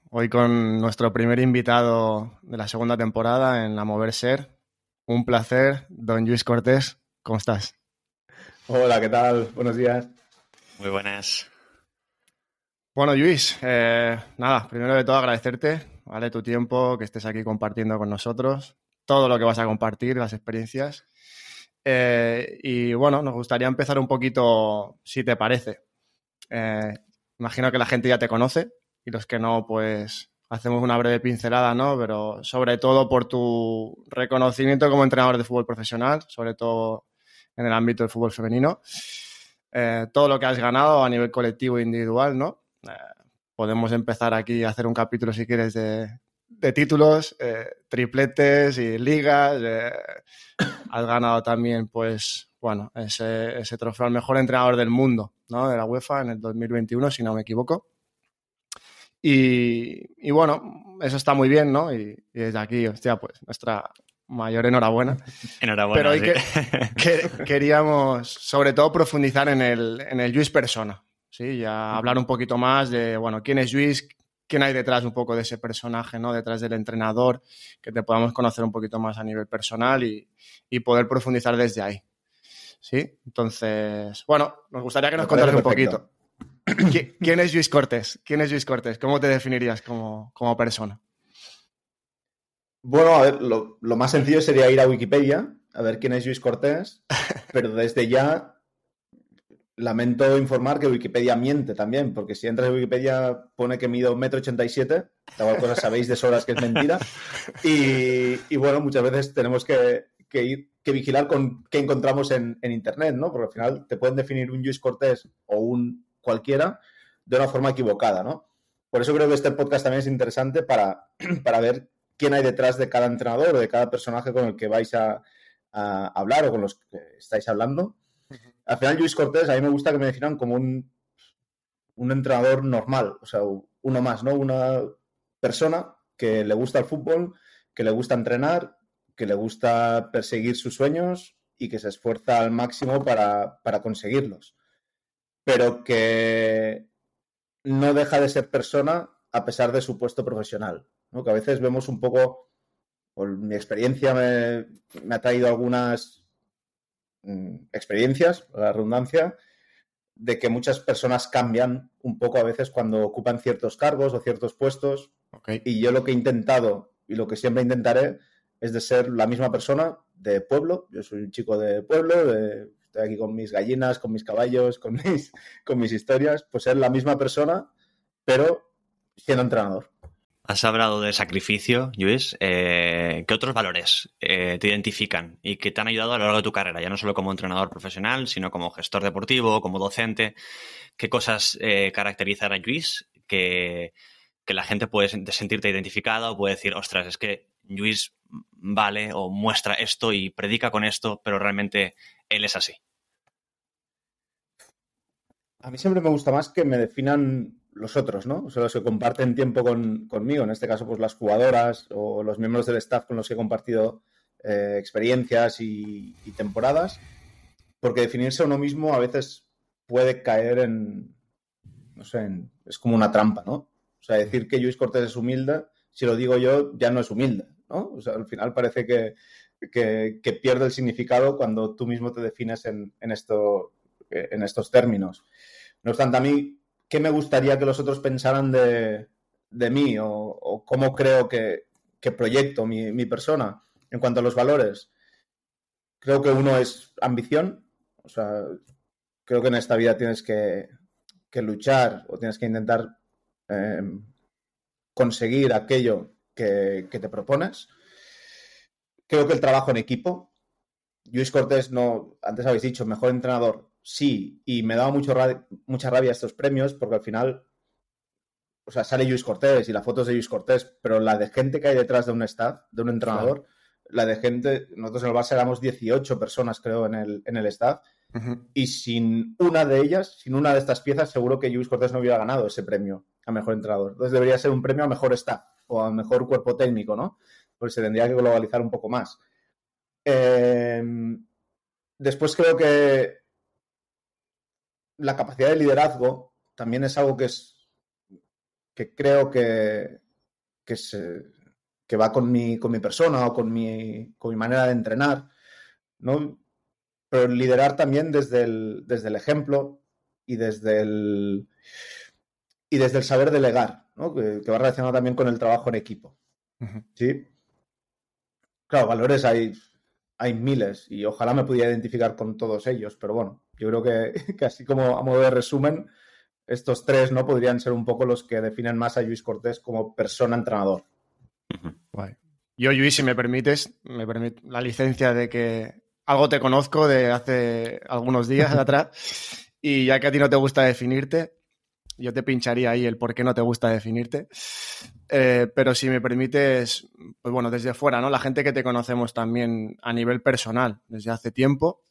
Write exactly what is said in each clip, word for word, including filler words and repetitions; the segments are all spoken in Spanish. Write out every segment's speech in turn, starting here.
Hoy con nuestro primer invitado de la segunda temporada en La Mover Ser. Un placer, don Lluís Cortés. ¿Cómo estás? Hola, ¿qué tal? Buenos días. Muy buenas. Bueno, Lluís, eh, nada, primero de todo agradecerte, ¿vale? Tu tiempo, que estés aquí compartiendo con nosotros, todo lo que vas a compartir, las experiencias. Eh, y bueno, nos gustaría empezar un poquito, si te parece. Eh, imagino que la gente ya te conoce y los que no, pues hacemos una breve pincelada, ¿no? Pero sobre todo por tu reconocimiento como entrenador de fútbol profesional, sobre todo en el ámbito del fútbol femenino. Eh, todo lo que has ganado a nivel colectivo e individual, ¿no? Eh, podemos empezar aquí a hacer un capítulo, si quieres, de, de títulos, eh, tripletes y ligas. Eh, has ganado también, pues, bueno, ese, ese trofeo al mejor entrenador del mundo, ¿no? De la UEFA en el dos mil veintiuno, si no me equivoco. Y, y bueno, eso está muy bien, ¿no? Y, y desde aquí, hostia, pues nuestra mayor enhorabuena. Enhorabuena. Pero hoy sí. que, que, queríamos, sobre todo, profundizar en el, en el Lluís persona, ¿sí? Ya hablar un poquito más de, bueno, quién es Lluís, quién hay detrás un poco de ese personaje, ¿no? Detrás del entrenador, que te podamos conocer un poquito más a nivel personal y, y poder profundizar desde ahí, ¿sí? Entonces, bueno, nos gustaría que nos contaras un poquito. ¿Quién es Lluís Cortés? ¿Quién es Lluís Cortés? ¿Cómo te definirías como, como persona? Bueno, a ver, lo, lo más sencillo sería ir a Wikipedia a ver quién es Lluís Cortés, pero desde ya lamento informar que Wikipedia miente también, porque si entras en Wikipedia pone que mido un metro ochenta y siete, la cual cosa sabéis de sobras que es mentira, y, y bueno, muchas veces tenemos que, que, ir, que vigilar con qué encontramos en, en Internet, ¿no? Porque al final te pueden definir un Lluís Cortés o un cualquiera de una forma equivocada, ¿no? Por eso creo que este podcast también es interesante para, para ver quién hay detrás de cada entrenador o de cada personaje con el que vais a, a hablar o con los que estáis hablando. Al final, Lluís Cortés, a mí me gusta que me definan como un, un entrenador normal, o sea, uno más, ¿no? Una persona que le gusta el fútbol, que le gusta entrenar, que le gusta perseguir sus sueños y que se esfuerza al máximo para, para conseguirlos. Pero que no deja de ser persona a pesar de su puesto profesional, ¿no? Que a veces vemos un poco, por mi experiencia me, me ha traído algunas mmm, experiencias, la redundancia, de que muchas personas cambian un poco a veces cuando ocupan ciertos cargos o ciertos puestos. Okay. Y yo lo que he intentado y lo que siempre intentaré es de ser la misma persona de pueblo. Yo soy un chico de pueblo, de, estoy aquí con mis gallinas, con mis caballos, con mis, con mis historias, pues ser la misma persona, pero siendo entrenador. Has hablado de sacrificio, Lluís. Eh, ¿Qué otros valores eh, te identifican y que te han ayudado a lo largo de tu carrera? Ya no solo como entrenador profesional, sino como gestor deportivo, como docente. ¿Qué cosas eh, caracterizan a Lluís que, que la gente puede sentirte identificada o puede decir, ostras, es que Lluís vale o muestra esto y predica con esto, pero realmente él es así? A mí siempre me gusta más que me definan los otros, ¿no? O sea, los que comparten tiempo con, conmigo, en este caso, pues las jugadoras o los miembros del staff con los que he compartido eh, experiencias y, y temporadas, porque definirse a uno mismo a veces puede caer en, no sé, en, es como una trampa, ¿no? O sea, decir que Lluís Cortés es humilde, si lo digo yo, ya no es humilde, ¿no? O sea, al final parece que, que, que pierde el significado cuando tú mismo te defines en, en, esto, en estos términos. No obstante, a mí, ¿qué me gustaría que los otros pensaran de, de mí o, o cómo creo que, que proyecto mi, mi persona en cuanto a los valores? Creo que uno es ambición, o sea, creo que en esta vida tienes que, que luchar o tienes que intentar eh, conseguir aquello que, que te propones. Creo que el trabajo en equipo. Lluís Cortés, no, antes habéis dicho, mejor entrenador, sí, y me daba mucho ra- mucha rabia estos premios porque al final, o sea, sale Lluís Cortés y la foto es de Lluís Cortés, pero la de gente que hay detrás de un staff, de un entrenador, claro. La de gente, nosotros en el Barça éramos dieciocho personas, creo, en el, en el staff, uh-huh. Y sin una de ellas, sin una de estas piezas, seguro que Lluís Cortés no hubiera ganado ese premio a mejor entrenador. Entonces debería ser un premio a mejor staff o a mejor cuerpo técnico, ¿no? Porque se tendría que globalizar un poco más. Eh, después creo que la capacidad de liderazgo también es algo que es que creo que, que, se, que va con mi, con mi persona o con mi, con mi manera de entrenar, ¿no? Pero liderar también desde el, desde el ejemplo y desde el, y desde el saber delegar, ¿no? Que, que va relacionado también con el trabajo en equipo. Uh-huh. ¿Sí? Claro, valores hay, hay miles y ojalá me pudiera identificar con todos ellos, pero bueno, yo creo que, que así como a modo de resumen, estos tres, ¿no? Podrían ser un poco los que definen más a Lluís Cortés como persona-entrenador. Guay. Yo, Lluís, si me permites, me permite la licencia de que algo te conozco de hace algunos días atrás y ya que a ti no te gusta definirte, yo te pincharía ahí el por qué no te gusta definirte. Eh, pero si me permites, pues bueno, desde fuera, ¿no? La gente que te conocemos también a nivel personal desde hace tiempo,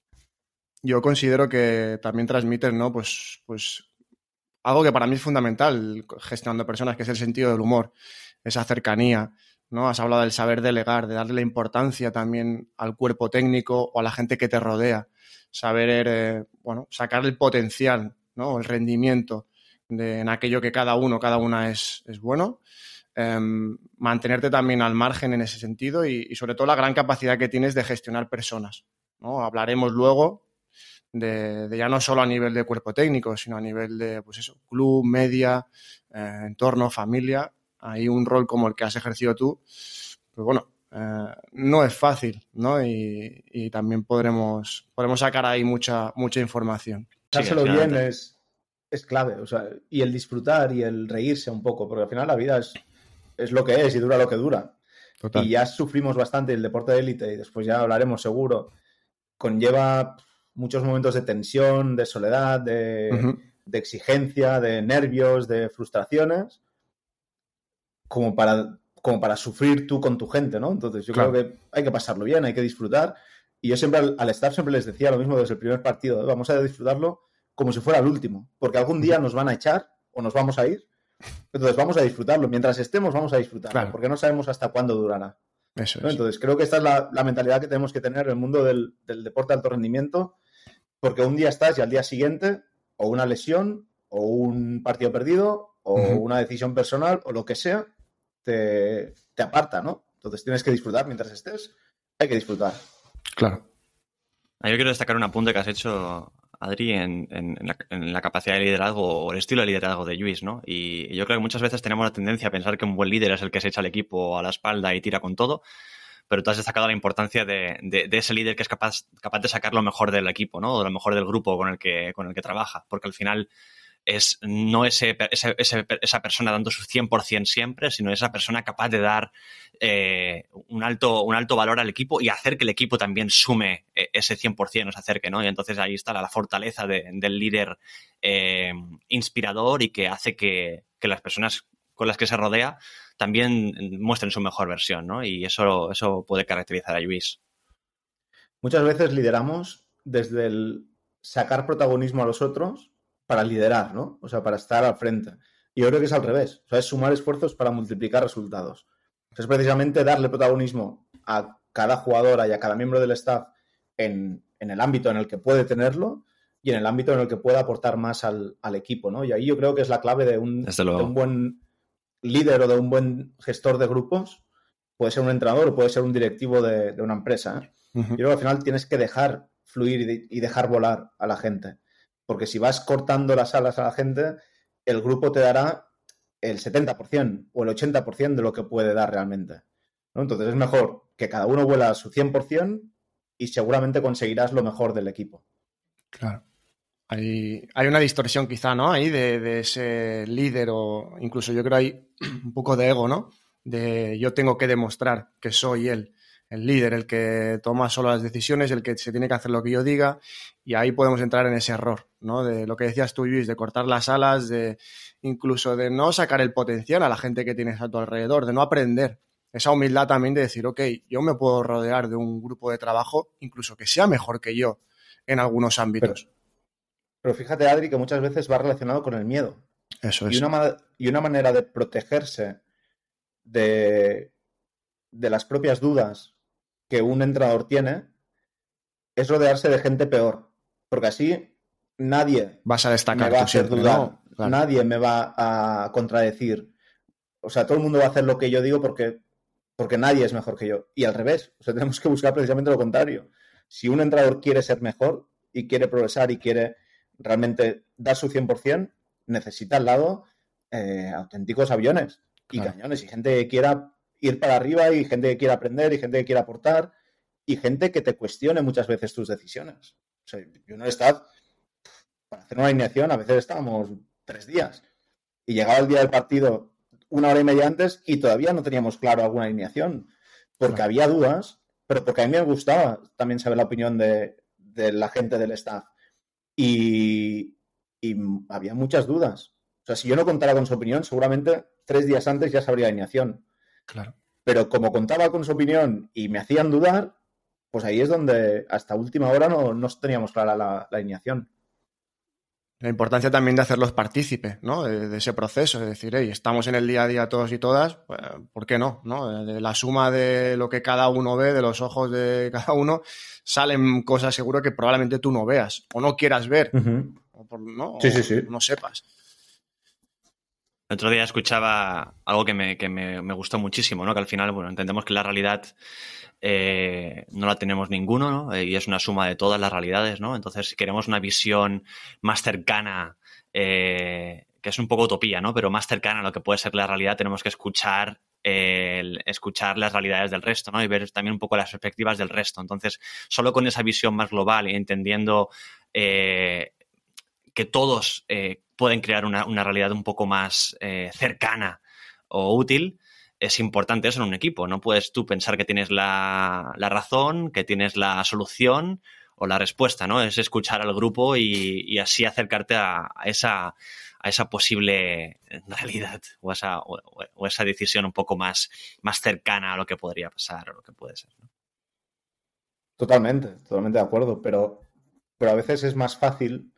yo considero que también transmites, ¿no? Pues, pues algo que para mí es fundamental gestionando personas, que es el sentido del humor, esa cercanía, ¿no? Has hablado del saber delegar, de darle la importancia también al cuerpo técnico o a la gente que te rodea, saber, eh, bueno, sacar el potencial, ¿no? El rendimiento de, en aquello que cada uno, cada una es, es bueno, eh, mantenerte también al margen en ese sentido y, y sobre todo la gran capacidad que tienes de gestionar personas, ¿no? Hablaremos luego de, de ya no solo a nivel de cuerpo técnico, sino a nivel de, pues eso, club, media, eh, entorno, familia. Hay un rol como el que has ejercido tú, pues bueno, eh, no es fácil, ¿no? Y, y también podremos, podremos sacar ahí mucha, mucha información. Dárselo sí, bien es, es clave, o sea, y el disfrutar y el reírse un poco, porque al final la vida es, es lo que es y dura lo que dura. Total. Y ya sufrimos bastante el deporte de élite y después ya hablaremos seguro. Conlleva muchos momentos de tensión, de soledad, de, uh-huh. de exigencia, de nervios, de frustraciones, como para, como para sufrir tú con tu gente, ¿no? Entonces yo claro. creo que hay que pasarlo bien, hay que disfrutar. Y yo siempre al, al staff siempre les decía lo mismo desde el primer partido, ¿eh? Vamos a disfrutarlo como si fuera el último, porque algún día nos van a echar o nos vamos a ir. Entonces vamos a disfrutarlo. Mientras estemos vamos a disfrutarlo, claro. porque no sabemos hasta cuándo durará. Eso ¿no? es. Entonces creo que esta es la, la mentalidad que tenemos que tener en el mundo del, del deporte de alto rendimiento, porque un día estás y al día siguiente o una lesión o un partido perdido o uh-huh. una decisión personal o lo que sea te, te aparta, ¿no? Entonces tienes que disfrutar mientras estés, hay que disfrutar. Claro. Yo quiero destacar un apunte que has hecho, Adri, en, en, en, la, en la capacidad de liderazgo o el estilo de liderazgo de Lluís, ¿no? Y yo creo que muchas veces tenemos la tendencia a pensar que un buen líder es el que se echa al equipo a la espalda y tira con todo, pero tú has destacado la importancia de, de, de ese líder que es capaz, capaz de sacar lo mejor del equipo, ¿no? O lo mejor del grupo con el que, con el que trabaja, porque al final es no ese, ese, ese, esa persona dando su cien por ciento siempre, sino esa persona capaz de dar eh, un, alto, un alto valor al equipo y hacer que el equipo también sume ese cien por ciento, nos acerque, ¿no? Y entonces ahí está la, la fortaleza de, del líder eh, inspirador y que hace que, que las personas con las que se rodea también muestren su mejor versión, ¿no? Y eso, eso puede caracterizar a Lluís. Muchas veces lideramos desde el sacar protagonismo a los otros para liderar, ¿no? O sea, para estar al frente. Y yo creo que es al revés. O sea, es sumar esfuerzos para multiplicar resultados. O sea, es precisamente darle protagonismo a cada jugadora y a cada miembro del staff en, en el ámbito en el que puede tenerlo y en el ámbito en el que pueda aportar más al, al equipo, ¿no? Y ahí yo creo que es la clave de un, de un buen líder o de un buen gestor de grupos. Puede ser un entrenador o puede ser un directivo de, de una empresa, ¿eh? Uh-huh. Yo creo que al final tienes que dejar fluir y, de, y dejar volar a la gente. Porque si vas cortando las alas a la gente, el grupo te dará el setenta por ciento o el ochenta por ciento de lo que puede dar realmente, ¿no? Entonces es mejor que cada uno vuela a su cien por ciento y seguramente conseguirás lo mejor del equipo. Claro. Hay, hay una distorsión quizá, ¿no? Ahí de, de ese líder o incluso yo creo hay un poco de ego, ¿no? De yo tengo que demostrar que soy él. El líder, el que toma solo las decisiones, el que se tiene que hacer lo que yo diga, y ahí podemos entrar en ese error, ¿no? De lo que decías tú, Lluís, de cortar las alas, de incluso de no sacar el potencial a la gente que tienes a tu alrededor, de no aprender. Esa humildad también de decir, ok, yo me puedo rodear de un grupo de trabajo, incluso que sea mejor que yo en algunos ámbitos. Pero, pero fíjate, Adri, que muchas veces va relacionado con el miedo. Eso es. Y una, y una manera de protegerse de, de las propias dudas que un entrenador tiene es rodearse de gente peor, porque así nadie vas a destacar me va a hacer siempre, dudar, ¿no? claro. Nadie me va a contradecir. O sea, todo el mundo va a hacer lo que yo digo porque, porque nadie es mejor que yo. Y al revés, o sea, tenemos que buscar precisamente lo contrario. Si un entrenador quiere ser mejor y quiere progresar y quiere realmente dar su cien por ciento, necesita al lado eh, auténticos aviones y claro. cañones y gente que quiera ir para arriba y gente que quiera aprender y gente que quiera aportar y gente que te cuestione muchas veces tus decisiones. O sea, yo en el staff, para hacer una alineación, a veces estábamos tres días y llegaba el día del partido una hora y media antes y todavía no teníamos claro alguna alineación porque claro. había dudas, pero porque a mí me gustaba también saber la opinión de, de la gente del staff y, y había muchas dudas. O sea, si yo no contara con su opinión, seguramente tres días antes ya sabría la alineación. Claro. Pero como contaba con su opinión y me hacían dudar, pues ahí es donde hasta última hora no, no teníamos clara la, la alineación. La importancia también de hacerlos partícipes, ¿no? De, de ese proceso, es decir, hey, estamos en el día a día todos y todas, pues, ¿por qué no? ¿no? De la suma de lo que cada uno ve, de los ojos de cada uno, salen cosas seguro que probablemente tú no veas o no quieras ver, uh-huh. o por, ¿no? Sí, o sí, sí. no sepas. El otro día escuchaba algo que me, que me, me gustó muchísimo, ¿no? Que al final, bueno, entendemos que la realidad eh, no la tenemos ninguno, ¿no? Eh, y es una suma de todas las realidades, ¿no? Entonces, si queremos una visión más cercana, eh, que es un poco utopía, ¿no? Pero más cercana a lo que puede ser la realidad, tenemos que escuchar, eh, el, escuchar las realidades del resto, ¿no? Y ver también un poco las perspectivas del resto. Entonces, solo con esa visión más global y entendiendo eh, que todos eh, pueden crear una, una realidad un poco más eh, cercana o útil, es importante eso en un equipo. No puedes tú pensar que tienes la, la razón, que tienes la solución o la respuesta, ¿no? Es escuchar al grupo y, y así acercarte a, a, esa, a esa posible realidad o esa, o, o esa decisión un poco más, más cercana a lo que podría pasar o lo que puede ser, ¿no? Totalmente, totalmente de acuerdo, pero, pero a veces es más fácil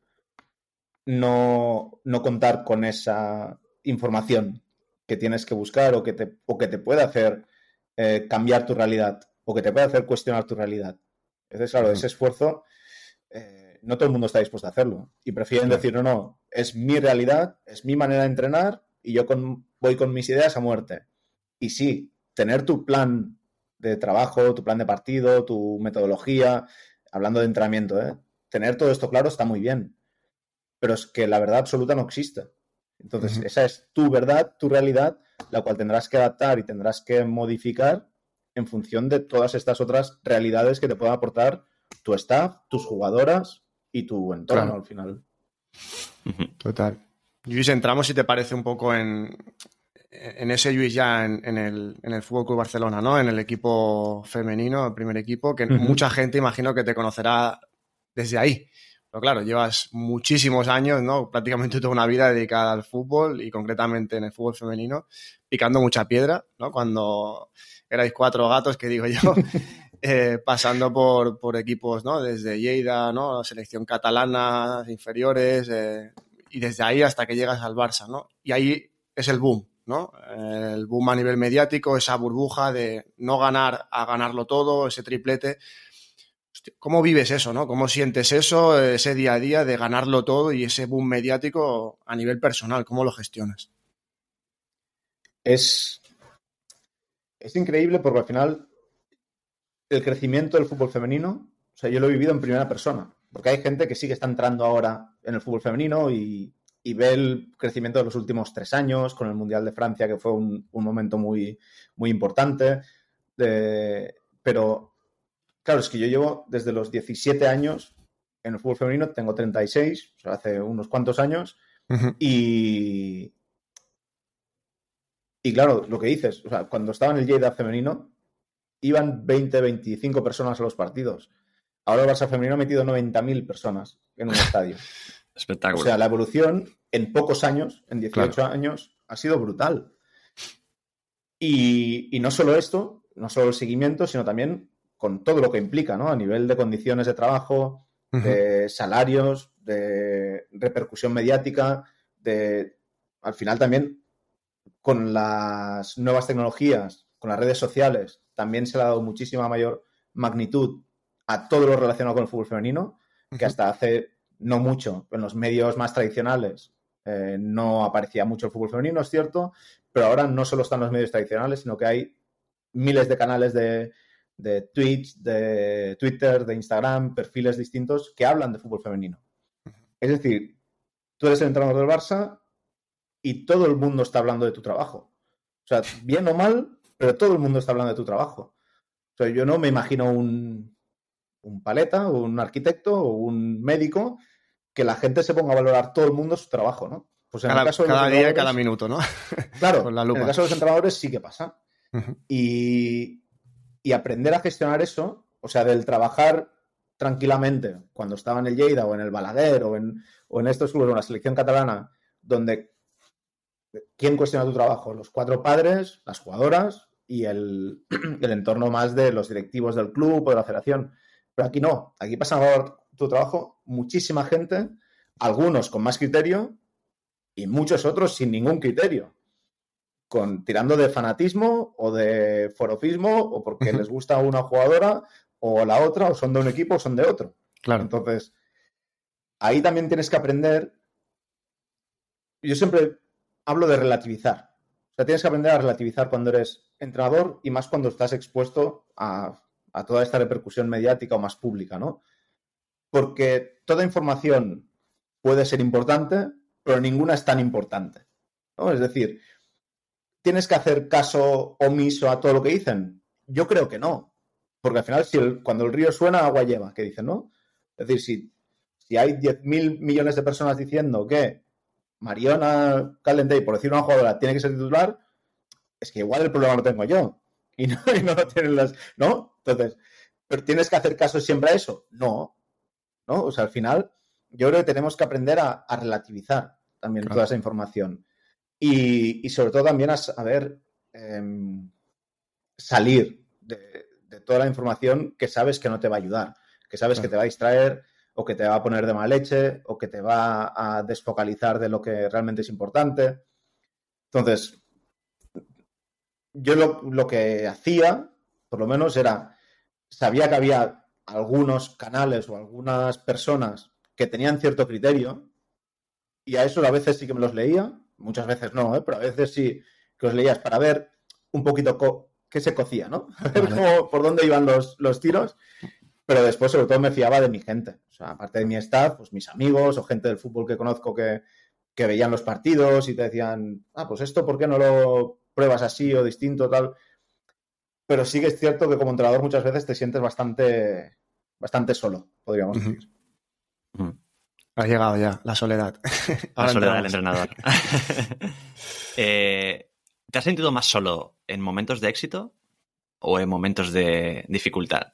No, no contar con esa información que tienes que buscar o que te, o que te puede hacer eh, cambiar tu realidad o que te puede hacer cuestionar tu realidad. Entonces, claro, uh-huh. ese esfuerzo eh, no todo el mundo está dispuesto a hacerlo y prefieren claro. decir, no, no, es mi realidad, es mi manera de entrenar y yo con, voy con mis ideas a muerte. Y sí, tener tu plan de trabajo, tu plan de partido, tu metodología, hablando de entrenamiento, ¿eh? Tener todo esto claro está muy bien. Pero es que la verdad absoluta no existe. Entonces, uh-huh. esa es tu verdad, tu realidad, la cual tendrás que adaptar y tendrás que modificar en función de todas estas otras realidades que te puedan aportar tu staff, tus jugadoras y tu entorno claro. al final. Total. Luis, entramos, si te parece, un poco en, en ese Luis ya en, en el, en el F C Barcelona, ¿no? En el equipo femenino, el primer equipo, que uh-huh. mucha gente imagino que te conocerá desde ahí. Pero claro, llevas muchísimos años, ¿no? Prácticamente toda una vida dedicada al fútbol y concretamente en el fútbol femenino, picando mucha piedra, ¿no? Cuando erais cuatro gatos, que digo yo, eh, pasando por, por equipos, ¿no? Desde Lleida, ¿no? Selección catalana, inferiores, eh, y desde ahí hasta que llegas al Barça, ¿no? Y ahí es el boom, ¿no? El boom a nivel mediático, esa burbuja de no ganar a ganarlo todo, ese triplete. ¿Cómo vives eso, no? ¿Cómo sientes eso, ese día a día de ganarlo todo y ese boom mediático a nivel personal? ¿Cómo lo gestionas? Es, es increíble porque al final el crecimiento del fútbol femenino, o sea, yo lo he vivido en primera persona, porque hay gente que sí que está entrando ahora en el fútbol femenino y, y ve el crecimiento de los últimos tres años con el Mundial de Francia, que fue un, un momento muy, muy importante, de, pero... Claro, es que yo llevo desde los diecisiete años en el fútbol femenino, tengo treinta y seis, o sea, hace unos cuantos años, uh-huh. y, y claro, lo que dices, o sea, cuando estaba en el Lleida femenino, iban veinte, veinticinco personas a los partidos. Ahora el Barça femenino ha metido noventa mil personas en un estadio. Espectáculo. O sea, la evolución en pocos años, en dieciocho claro. años, ha sido brutal. Y, y no solo esto, no solo el seguimiento, sino también con todo lo que implica, ¿no? A nivel de condiciones de trabajo, uh-huh. de salarios, de repercusión mediática, de al final también con las nuevas tecnologías, con las redes sociales, también se le ha dado muchísima mayor magnitud a todo lo relacionado con el fútbol femenino, uh-huh. que hasta hace no mucho, en los medios más tradicionales, eh, no aparecía mucho el fútbol femenino, es cierto, pero ahora no solo están los medios tradicionales, sino que hay miles de canales de, de Twitch, de Twitter, de Instagram, perfiles distintos que hablan de fútbol femenino. Es decir, tú eres el entrenador del Barça y todo el mundo está hablando de tu trabajo. O sea, bien o mal, pero todo el mundo está hablando de tu trabajo. O sea, yo no me imagino un, un paleta, o un arquitecto, o un médico, que la gente se ponga a valorar todo el mundo su trabajo, ¿no? Pues en cada el caso de cada los día y cada minuto, ¿no? Claro, Con la en lupa. el caso de los entrenadores sí que pasa. Uh-huh. Y, y aprender a gestionar eso, o sea, del trabajar tranquilamente cuando estaba en el Lleida o en el Balaguer o en, o en estos clubes o en la selección catalana, donde ¿quién cuestiona tu trabajo? Los cuatro padres, las jugadoras y el, el entorno más de los directivos del club o de la federación. Pero aquí no, aquí pasa a valorar tu trabajo muchísima gente, algunos con más criterio y muchos otros sin ningún criterio, con, tirando de fanatismo o de forofismo o porque les gusta una jugadora o la otra, o son de un equipo o son de otro. Claro. Entonces, ahí también tienes que aprender. Yo siempre hablo de relativizar. O sea, tienes que aprender a relativizar cuando eres entrenador y más cuando estás expuesto a, a toda esta repercusión mediática o más pública, ¿no? Porque toda información puede ser importante, pero ninguna es tan importante, ¿no? Es decir, ¿tienes que hacer caso omiso a todo lo que dicen? Yo creo que no. Porque al final, si el, cuando el río suena, agua lleva, que dicen, ¿no? Es decir, si, si hay diez mil millones de personas diciendo que Mariona Calendey, por decir una jugadora, tiene que ser titular, es que igual el problema lo tengo yo. Y no, y no lo tienen las... ¿No? Entonces, ¿pero tienes que hacer caso siempre a eso? No. ¿No? O sea, al final, yo creo que tenemos que aprender a, a relativizar también claro. toda esa información. Y, y sobre todo también a saber eh, salir de, de toda la información que sabes que no te va a ayudar, que sabes claro. que te va a distraer o que te va a poner de mala leche o que te va a desfocalizar de lo que realmente es importante. Entonces, yo lo, lo que hacía, por lo menos, era, sabía que había algunos canales o algunas personas que tenían cierto criterio y a eso a veces sí que me los leía, muchas veces no, ¿eh? Pero a veces sí que los leías para ver un poquito co- qué se cocía, ¿no? A ver cómo, por dónde iban los, los tiros, pero después sobre todo me fiaba de mi gente, o sea, aparte de mi staff, pues mis amigos o gente del fútbol que conozco que, que veían los partidos y te decían, ah, pues esto, ¿por qué no lo pruebas así o distinto, tal? Pero sí que es cierto que como entrenador muchas veces te sientes bastante, bastante solo, podríamos uh-huh. decir. Uh-huh. Ha llegado ya, la soledad. La soledad del entrenador. eh, ¿Te has sentido más solo en momentos de éxito o en momentos de dificultad?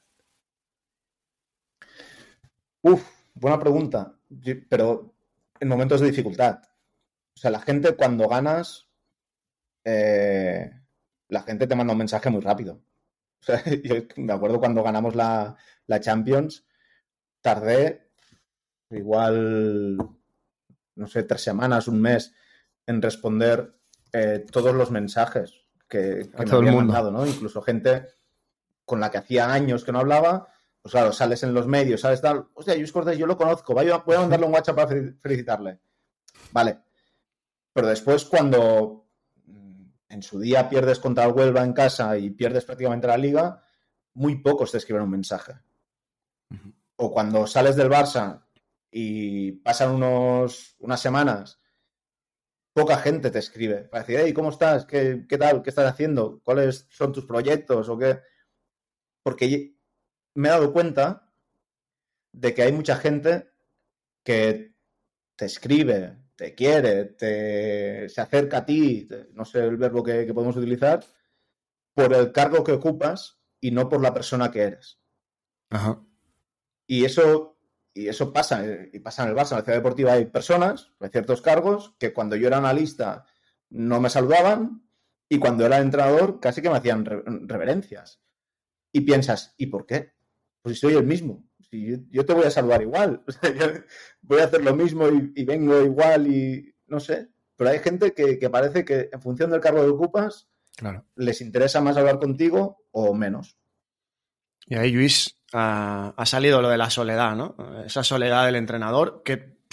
Uf, buena pregunta. Pero en momentos de dificultad. O sea, la gente cuando ganas, eh, la gente te manda un mensaje muy rápido. O sea, yo me acuerdo cuando ganamos la, la Champions, tardé igual, no sé, tres semanas, un mes en responder eh, todos los mensajes que, que me habían mandado, ¿no? Incluso gente con la que hacía años que no hablaba, pues claro, sales en los medios, sales tal, hostia, Lluís Cortés, yo lo conozco, voy a, voy a mandarle un WhatsApp para felicitarle. Vale. Pero después cuando en su día pierdes contra el Huelva en casa y pierdes prácticamente la Liga, muy pocos te escriben un mensaje. O cuando sales del Barça y pasan unos, unas semanas, poca gente te escribe para decir, hey, ¿cómo estás? ¿Qué, qué tal? ¿Qué estás haciendo? ¿Cuáles son tus proyectos? ¿O qué? Porque me he dado cuenta de que hay mucha gente que te escribe, te quiere, te, se acerca a ti, te, no sé el verbo que, que podemos utilizar, por el cargo que ocupas y no por la persona que eres. Ajá. Y eso... Y eso pasa, y pasa en el Barça, en la Ciudad Deportiva hay personas, hay ciertos cargos, que cuando yo era analista no me saludaban y cuando era entrenador casi que me hacían re- reverencias. Y piensas, ¿y por qué? Pues si soy el mismo, si yo, yo te voy a saludar igual, o sea, yo voy a hacer lo mismo y, y vengo igual y no sé. Pero hay gente que, que parece que en función del cargo que ocupas, claro, les interesa más hablar contigo o menos. Y ahí, Lluís, ha, ha salido lo de la soledad, ¿no? Esa soledad del entrenador que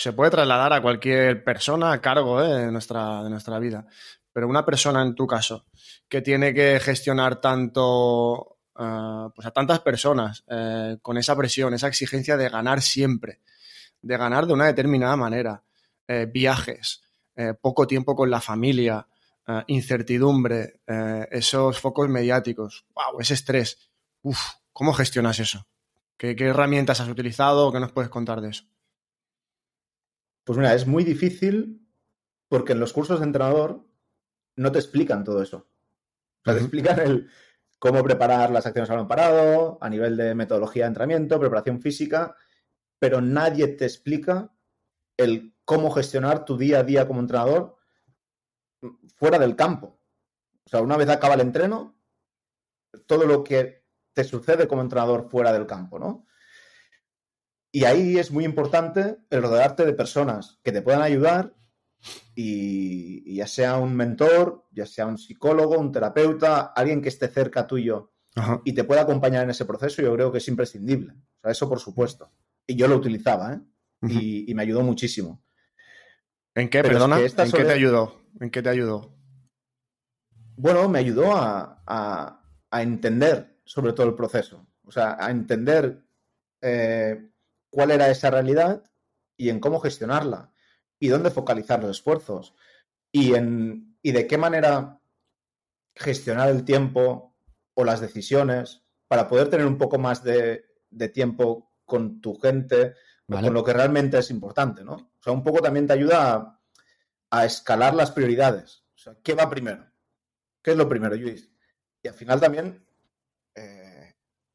se puede trasladar a cualquier persona a cargo ¿eh? de, nuestra, de nuestra vida. Pero una persona, en tu caso, que tiene que gestionar tanto, uh, pues a tantas personas, eh, con esa presión, esa exigencia de ganar siempre, de ganar de una determinada manera, eh, viajes, eh, poco tiempo con la familia, eh, incertidumbre, eh, esos focos mediáticos, wow, ese estrés. Uf, ¿cómo gestionas eso? ¿Qué, qué herramientas has utilizado? ¿Qué nos puedes contar de eso? Pues mira, es muy difícil porque en los cursos de entrenador no te explican todo eso. O sea, uh-huh. te explican el cómo preparar las acciones a balón parado, a nivel de metodología de entrenamiento, preparación física, pero nadie te explica el cómo gestionar tu día a día como entrenador fuera del campo. O sea, una vez acaba el entreno, todo lo que te sucede como entrenador fuera del campo, ¿no? Y ahí es muy importante el rodearte de personas que te puedan ayudar y, y ya sea un mentor, ya sea un psicólogo, un terapeuta, alguien que esté cerca tuyo Ajá. y te pueda acompañar en ese proceso, yo creo que es imprescindible. O sea, eso por supuesto. Y yo lo utilizaba, ¿eh? Uh-huh. y, y me ayudó muchísimo. ¿En qué, Pero perdona? Es que ¿En soledad... qué te ayudó? ¿En qué te ayudó? Bueno, me ayudó a, a, a entender sobre todo el proceso. O sea, a entender eh, cuál era esa realidad y en cómo gestionarla y dónde focalizar los esfuerzos y, en, y de qué manera gestionar el tiempo o las decisiones para poder tener un poco más de, de tiempo con tu gente, vale. con lo que realmente es importante, ¿no? O sea, un poco también te ayuda a, a escalar las prioridades. O sea, ¿qué va primero? ¿Qué es lo primero, Luis? Y al final también eh,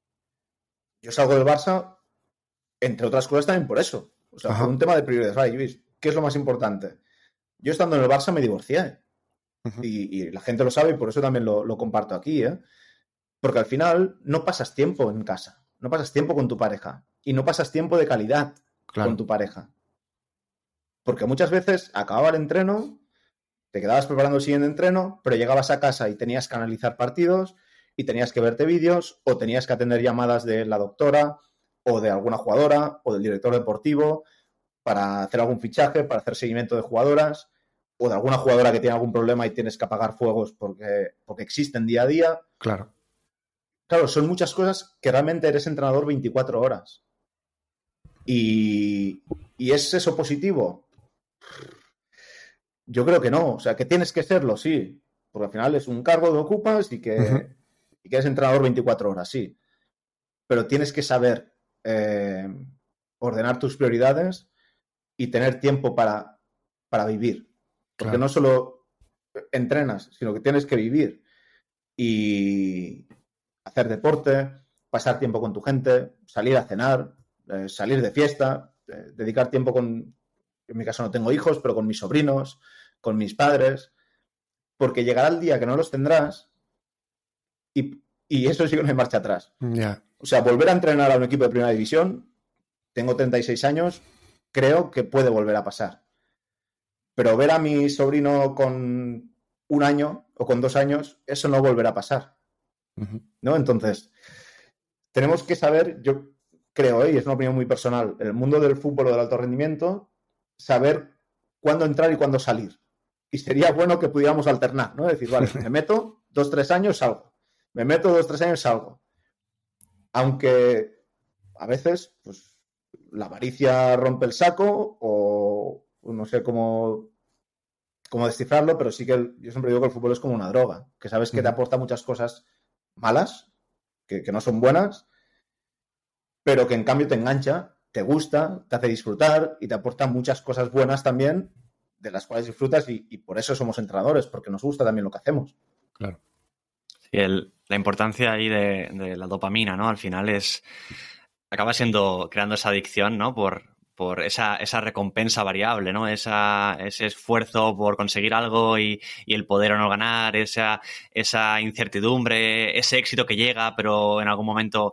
yo salgo del Barça, entre otras cosas también por eso. O sea, Ajá. por un tema de prioridades. Vale, Luis, ¿qué es lo más importante? Yo estando en el Barça me divorcié. Uh-huh. Y, y la gente lo sabe y por eso también lo, lo comparto aquí, ¿eh? Porque al final no pasas tiempo en casa, no pasas tiempo con tu pareja y no pasas tiempo de calidad claro. con tu pareja. Porque muchas veces acababa el entreno, te quedabas preparando el siguiente entreno, pero llegabas a casa y tenías que analizar partidos y tenías que verte vídeos o tenías que atender llamadas de la doctora o de alguna jugadora o del director deportivo para hacer algún fichaje, para hacer seguimiento de jugadoras o de alguna jugadora que tiene algún problema y tienes que apagar fuegos porque, porque existen día a día. Claro. Claro, son muchas cosas que realmente eres entrenador veinticuatro horas. Y, ¿y es eso positivo? Yo creo que no. O sea, que tienes que serlo, sí. Porque al final es un cargo que ocupas y que, uh-huh. y que eres entrenador veinticuatro horas, sí. Pero tienes que saber eh, ordenar tus prioridades y tener tiempo para, para vivir. Porque claro. no solo entrenas, sino que tienes que vivir. Y hacer deporte, pasar tiempo con tu gente, salir a cenar, eh, salir de fiesta, eh, dedicar tiempo con... En mi caso no tengo hijos, pero con mis sobrinos, con mis padres, porque llegará el día que no los tendrás y, y eso sí que no hay marcha atrás. Yeah. O sea, volver a entrenar a un equipo de primera división, tengo treinta y seis años, creo que puede volver a pasar. Pero ver a mi sobrino con un año o con dos años, eso no volverá a pasar. Uh-huh. ¿No? Entonces, tenemos que saber, yo creo, ¿eh? y es una opinión muy personal, en el mundo del fútbol o del alto rendimiento, saber cuándo entrar y cuándo salir. Y sería bueno que pudiéramos alternar, ¿no? Decir, vale, me meto dos, tres años, salgo. Me meto dos, tres años, salgo. Aunque a veces, pues, la avaricia rompe el saco o no sé cómo, cómo descifrarlo, pero sí que el, yo siempre digo que el fútbol es como una droga, que sabes que te aporta muchas cosas malas, que, que no son buenas, pero que en cambio te engancha, te gusta, te hace disfrutar y te aporta muchas cosas buenas también, de las cuales disfrutas y, y por eso somos entrenadores, porque nos gusta también lo que hacemos. Claro. Sí, el, la importancia ahí de, de la dopamina, ¿no? Al final es... acaba siendo, creando esa adicción, ¿no? Por, por esa, esa recompensa variable, ¿no? Esa, ese esfuerzo por conseguir algo y, y el poder o no ganar, esa, esa incertidumbre, ese éxito que llega, pero en algún momento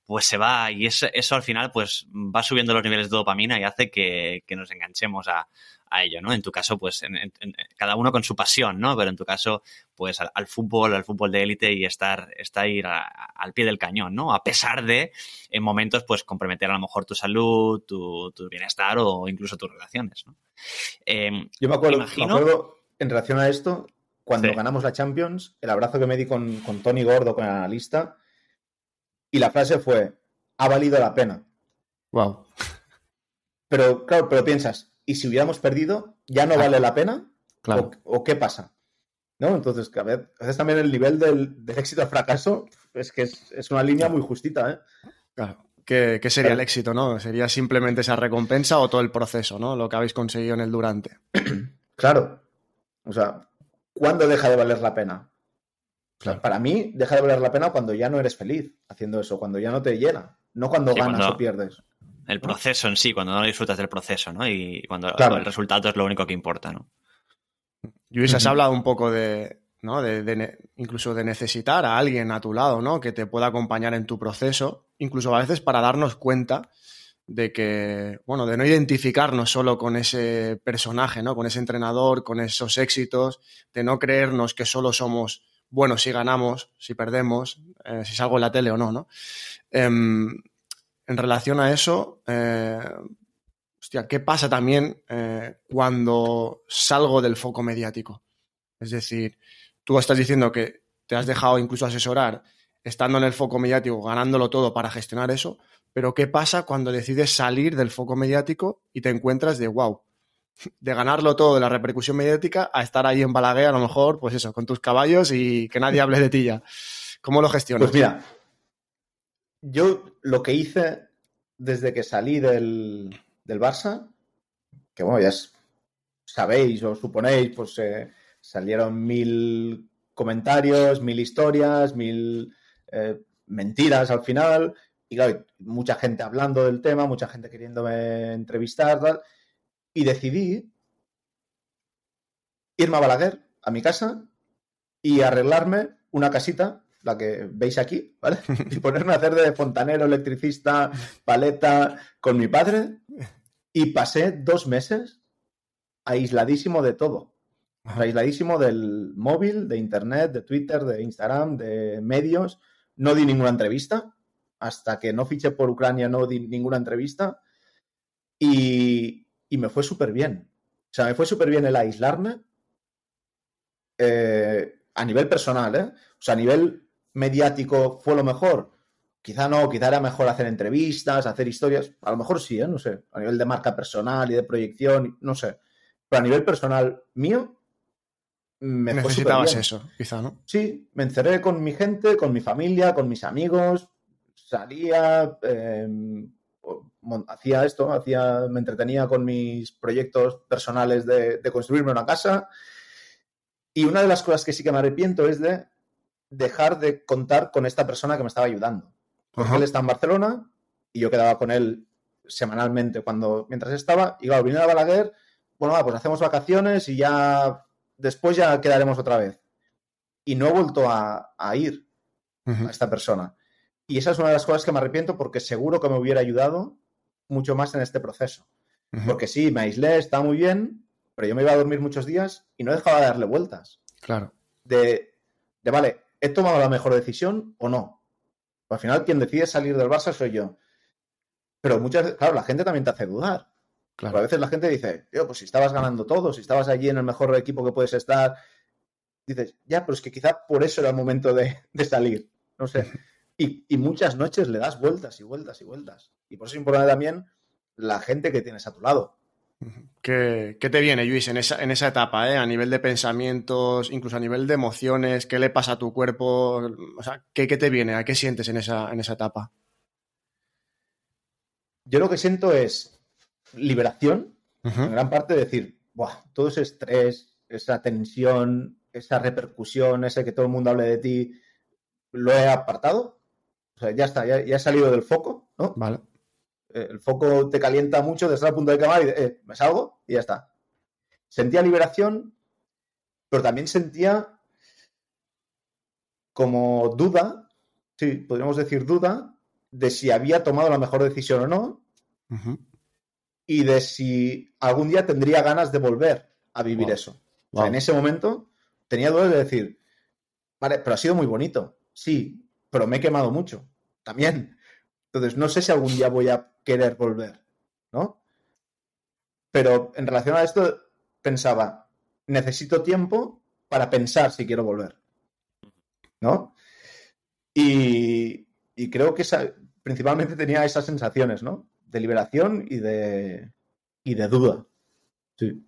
pues se va y eso, eso al final pues va subiendo los niveles de dopamina y hace que, que nos enganchemos a, a ello, ¿no? En tu caso, pues en, en, en, cada uno con su pasión, ¿no? Pero en tu caso, pues al, al fútbol, al fútbol de élite y estar, estar ir a, a, al pie del cañón, ¿no? A pesar de, en momentos, pues comprometer a lo mejor tu salud, tu, tu bienestar o incluso tus relaciones, ¿no? Eh, Yo me acuerdo, imagino... me acuerdo, en relación a esto, cuando sí. ganamos la Champions, el abrazo que me di con, con Tony Gordo, con el analista, y la frase fue, ha valido la pena. Wow. Pero, claro, pero piensas, ¿y si hubiéramos perdido, ya no vale la pena? Claro. ¿O, o qué pasa? ¿No? Entonces, a veces también el nivel del, del éxito al fracaso es que es, es una línea muy justita, ¿eh? Claro. ¿Qué, qué sería claro. el éxito, no? ¿Sería simplemente esa recompensa o todo el proceso, ¿no? Lo que habéis conseguido en el durante. Claro. O sea, ¿cuándo deja de valer la pena? Claro. Para mí, deja de valer la pena cuando ya no eres feliz haciendo eso, cuando ya no te llena, no cuando sí, ganas cuando... o pierdes. El proceso en sí, cuando no disfrutas del proceso, ¿no? Y cuando claro. el resultado es lo único que importa, ¿no? Luis, has uh-huh. hablado un poco de, ¿no? De, de, incluso de necesitar a alguien a tu lado, ¿no? Que te pueda acompañar en tu proceso, incluso a veces para darnos cuenta de que, bueno, de no identificarnos solo con ese personaje, ¿no? Con ese entrenador, con esos éxitos, de no creernos que solo somos buenos si ganamos, si perdemos, eh, si salgo en la tele o no, ¿no? Eh, En relación a eso, eh, hostia, ¿qué pasa también eh, cuando salgo del foco mediático? Es decir, tú estás diciendo que te has dejado incluso asesorar estando en el foco mediático, ganándolo todo para gestionar eso, pero ¿qué pasa cuando decides salir del foco mediático y te encuentras de wow, de ganarlo todo de la repercusión mediática a estar ahí en Balaguer a lo mejor, pues eso, con tus caballos y que nadie hable de ti ya? ¿Cómo lo gestionas? Pues mira, yo lo que hice desde que salí del, del Barça, que bueno, ya es, sabéis o suponéis, pues eh, salieron mil comentarios, mil historias, mil eh, mentiras al final, y claro, mucha gente hablando del tema, mucha gente queriéndome entrevistar, tal, y decidí irme a Balaguer, a mi casa, y arreglarme una casita, la que veis aquí, ¿vale? Y ponerme a hacer de fontanero, electricista, paleta con mi padre. Y pasé dos meses aisladísimo de todo. Ajá. Aisladísimo del móvil, de internet, de Twitter, de Instagram, de medios. No di ninguna entrevista. Hasta que no fiché por Ucrania no di ninguna entrevista. Y, y me fue súper bien. O sea, me fue súper bien el aislarme. Eh, a nivel personal, ¿eh? O sea, a nivel mediático fue lo mejor. Quizá no, quizá era mejor hacer entrevistas, hacer historias. A lo mejor sí, ¿eh? No sé. A nivel de marca personal y de proyección, no sé. Pero a nivel personal mío, me necesitabas fue eso, quizá, ¿no? Sí, me encerré con mi gente, con mi familia, con mis amigos. Salía, eh, hacía esto, hacía, me entretenía con mis proyectos personales de, de construirme una casa. Y una de las cosas que sí que me arrepiento es de dejar de contar con esta persona que me estaba ayudando. Porque Ajá. él está en Barcelona y yo quedaba con él semanalmente cuando, mientras estaba. Y claro, vine a Balaguer, bueno, pues hacemos vacaciones y ya después ya quedaremos otra vez. Y no he vuelto a, a ir uh-huh. a esta persona. Y esa es una de las cosas que me arrepiento porque seguro que me hubiera ayudado mucho más en este proceso. Uh-huh. Porque sí, me aislé, está muy bien, pero yo me iba a dormir muchos días y no dejaba de darle vueltas. Claro. De, de vale, ¿he tomado la mejor decisión o no? Al final, quien decide salir del Barça soy yo. Pero muchas veces, claro, la gente también te hace dudar. Claro. A veces la gente dice, tío, pues si estabas ganando todo, si estabas allí en el mejor equipo que puedes estar, dices, ya, pero es que quizá por eso era el momento de, de salir. No sé. Y, y muchas noches le das vueltas y vueltas y vueltas. Y por eso es importante también la gente que tienes a tu lado. ¿Qué, qué te viene, Luis, en esa, en esa etapa, eh? A nivel de pensamientos, incluso a nivel de emociones? ¿Qué le pasa a tu cuerpo? O sea, ¿qué, qué te viene? ¿A qué sientes en esa, en esa etapa? Yo lo que siento es liberación, uh-huh. en gran parte decir, buah, todo ese estrés, esa tensión, esa repercusión, ese que todo el mundo hable de ti, lo he apartado. O sea, ya está, ya, ya he salido del foco, ¿no? Vale. El foco te calienta mucho, te estás a punto de quemar y eh, me salgo y ya está. Sentía liberación, pero también sentía como duda, sí, podríamos decir duda, de si había tomado la mejor decisión o no, uh-huh. y de si algún día tendría ganas de volver a vivir wow. eso. O wow. sea, en ese momento tenía dudas de decir, vale, pero ha sido muy bonito, sí, pero me he quemado mucho, también. Entonces, no sé si algún día voy a querer volver, ¿no? Pero en relación a esto, pensaba, necesito tiempo para pensar si quiero volver, ¿no? Y, y creo que esa, principalmente tenía esas sensaciones, ¿no? De liberación y de, y de duda. Sí.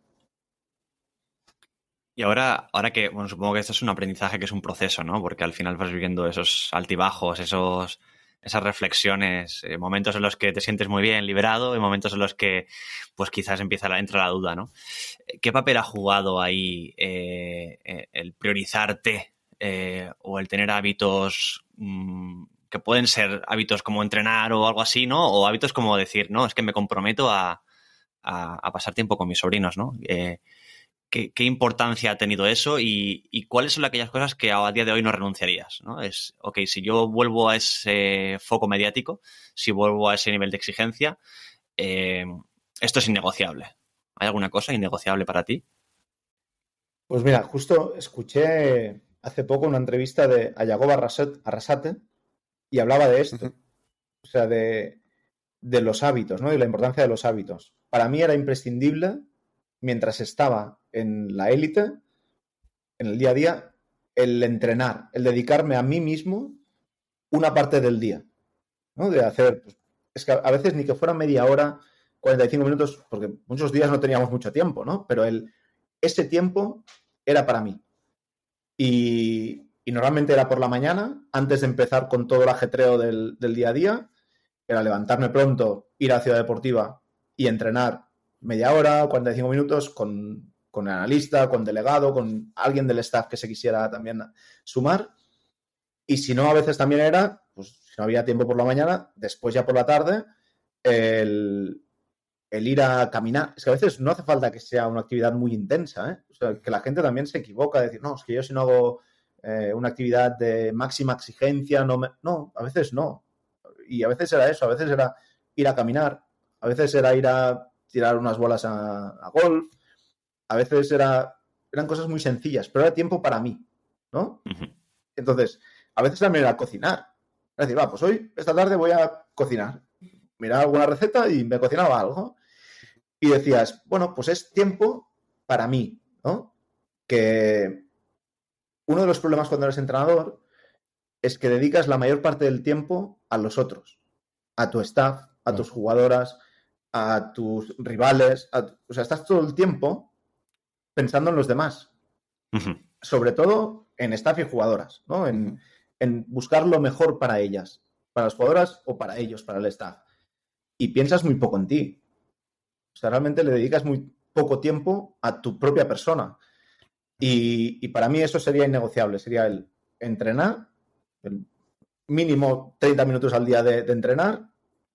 Y ahora, ahora que, bueno, supongo que esto es un aprendizaje que es un proceso, ¿no? Porque al final vas viviendo esos altibajos, esos, esas reflexiones, eh, momentos en los que te sientes muy bien, liberado, y momentos en los que, pues quizás empieza la, entra la duda, ¿no? ¿Qué papel ha jugado ahí eh, el priorizarte eh, o el tener hábitos mmm, que pueden ser hábitos como entrenar o algo así, ¿no? O hábitos como decir, no, es que me comprometo a, a, a pasar tiempo con mis sobrinos, ¿no? Eh, ¿Qué, ¿Qué importancia ha tenido eso y, y cuáles son aquellas cosas que a día de hoy no renunciarías, ¿no? Es, ok, si yo vuelvo a ese foco mediático, si vuelvo a ese nivel de exigencia, eh, esto es innegociable. ¿Hay alguna cosa innegociable para ti? Pues mira, justo escuché hace poco una entrevista de Ayago Arrasate y hablaba de esto, uh-huh. o sea, de, de los hábitos, ¿no? Y la importancia de los hábitos. Para mí era imprescindible, mientras estaba en la élite, en el día a día, el entrenar, el dedicarme a mí mismo una parte del día, ¿no? De hacer, pues, es que a veces ni que fuera media hora, cuarenta y cinco minutos, porque muchos días no teníamos mucho tiempo, ¿no? Pero el, ese tiempo era para mí. Y, y normalmente era por la mañana, antes de empezar con todo el ajetreo del, del día a día, era levantarme pronto, ir a la Ciudad Deportiva y entrenar media hora, cuarenta y cinco minutos con, con el analista, con delegado, con alguien del staff que se quisiera también sumar. Y si no, a veces también era, pues si no había tiempo por la mañana, después ya por la tarde, el, el ir a caminar. Es que a veces no hace falta que sea una actividad muy intensa, ¿eh? O sea, que la gente también se equivoca, de decir, no, es que yo si no hago eh, una actividad de máxima exigencia, no me... No, a veces no. Y a veces era eso, a veces era ir a caminar, a veces era ir a tirar unas bolas a, a golf, a veces era, eran cosas muy sencillas, pero era tiempo para mí, ¿no? Uh-huh. Entonces, a veces también era cocinar. Es decir, va, pues hoy, esta tarde voy a cocinar. Miraba alguna receta y me cocinaba algo. Y decías, bueno, pues es tiempo para mí, ¿no? Que uno de los problemas cuando eres entrenador es que dedicas la mayor parte del tiempo a los otros, a tu staff, a tus jugadoras, a tus rivales. A, o sea, estás todo el tiempo pensando en los demás. Uh-huh. Sobre todo en staff y jugadoras, ¿no? En, uh-huh. en buscar lo mejor para ellas, para las jugadoras o para ellos, para el staff. Y piensas muy poco en ti. O sea, realmente le dedicas muy poco tiempo a tu propia persona. Y, y para mí eso sería innegociable. Sería el entrenar, el mínimo treinta minutos al día de, de entrenar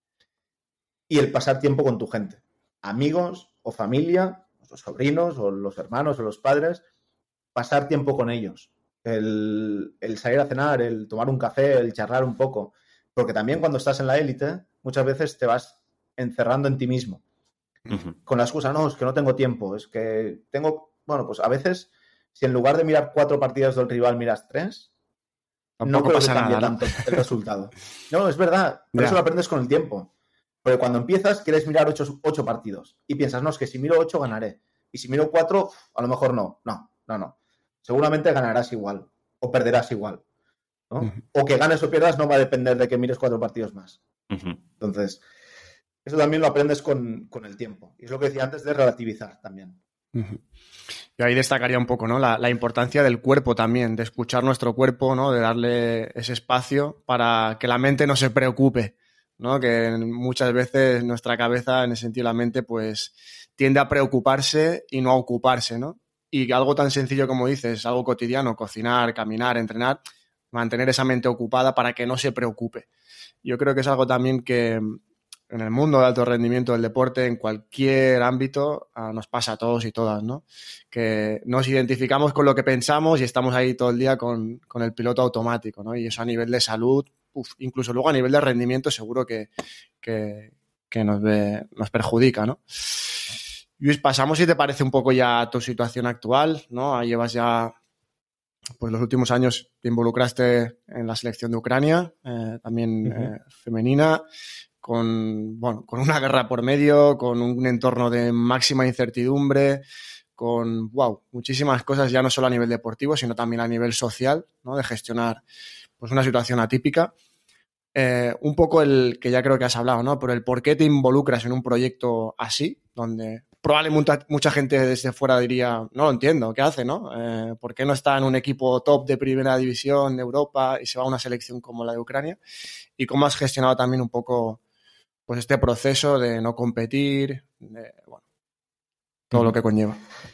y el pasar tiempo con tu gente. Amigos o familia, los sobrinos o los hermanos o los padres, pasar tiempo con ellos. El, el salir a cenar, el tomar un café, el charlar un poco. Porque también cuando estás en la élite, muchas veces te vas encerrando en ti mismo. Uh-huh. Con la excusa, no, es que no tengo tiempo, es que tengo, bueno, pues a veces, si en lugar de mirar cuatro partidos del rival miras tres, tampoco no creo pasa que cambie nada, ¿no? tanto el resultado. No, es verdad, pero eso lo aprendes con el tiempo. Porque cuando empiezas, quieres mirar ocho, ocho partidos y piensas, no, es que si miro ocho ganaré. Y si miro cuatro, a lo mejor no. No, no, no. Seguramente ganarás igual o perderás igual, ¿no? Uh-huh. O que ganes o pierdas no va a depender de que mires cuatro partidos más. Uh-huh. Entonces, eso también lo aprendes con, con el tiempo. Y es lo que decía antes de relativizar también. Uh-huh. Yo ahí destacaría un poco, ¿no? La, la importancia del cuerpo también, de escuchar nuestro cuerpo, ¿no? De darle ese espacio para que la mente no se preocupe, ¿no? Que muchas veces nuestra cabeza, en ese sentido la mente, pues tiende a preocuparse y no a ocuparse, ¿no? Y algo tan sencillo como dices, algo cotidiano, cocinar, caminar, entrenar, mantener esa mente ocupada para que no se preocupe. Yo creo que es algo también que en el mundo del alto rendimiento del deporte, en cualquier ámbito, uh, nos pasa a todos y todas, ¿no? Que nos identificamos con lo que pensamos y estamos ahí todo el día con, con el piloto automático, ¿no? Y eso a nivel de salud uf, incluso luego a nivel de rendimiento seguro que, que, que nos, ve, nos perjudica, ¿no? Luis, pasamos, si te parece, un poco ya a tu situación actual, ¿no? Ahí llevas ya, pues los últimos años te involucraste en la selección de Ucrania, eh, también uh-huh. eh, femenina, con, bueno, con una guerra por medio, con un entorno de máxima incertidumbre, con, wow, muchísimas cosas, ya no solo a nivel deportivo, sino también a nivel social, ¿no? De gestionar, pues, una situación atípica. Eh, un poco el que ya creo que has hablado, ¿no? Por el por qué te involucras en un proyecto así, donde probablemente mucha, mucha gente desde fuera diría, no lo entiendo, ¿qué hace, no? Eh, ¿Por qué no está en un equipo top de primera división de Europa y se va a una selección como la de Ucrania? Y cómo has gestionado también un poco, pues, este proceso de no competir, de, bueno, todo uh-huh. lo que conlleva.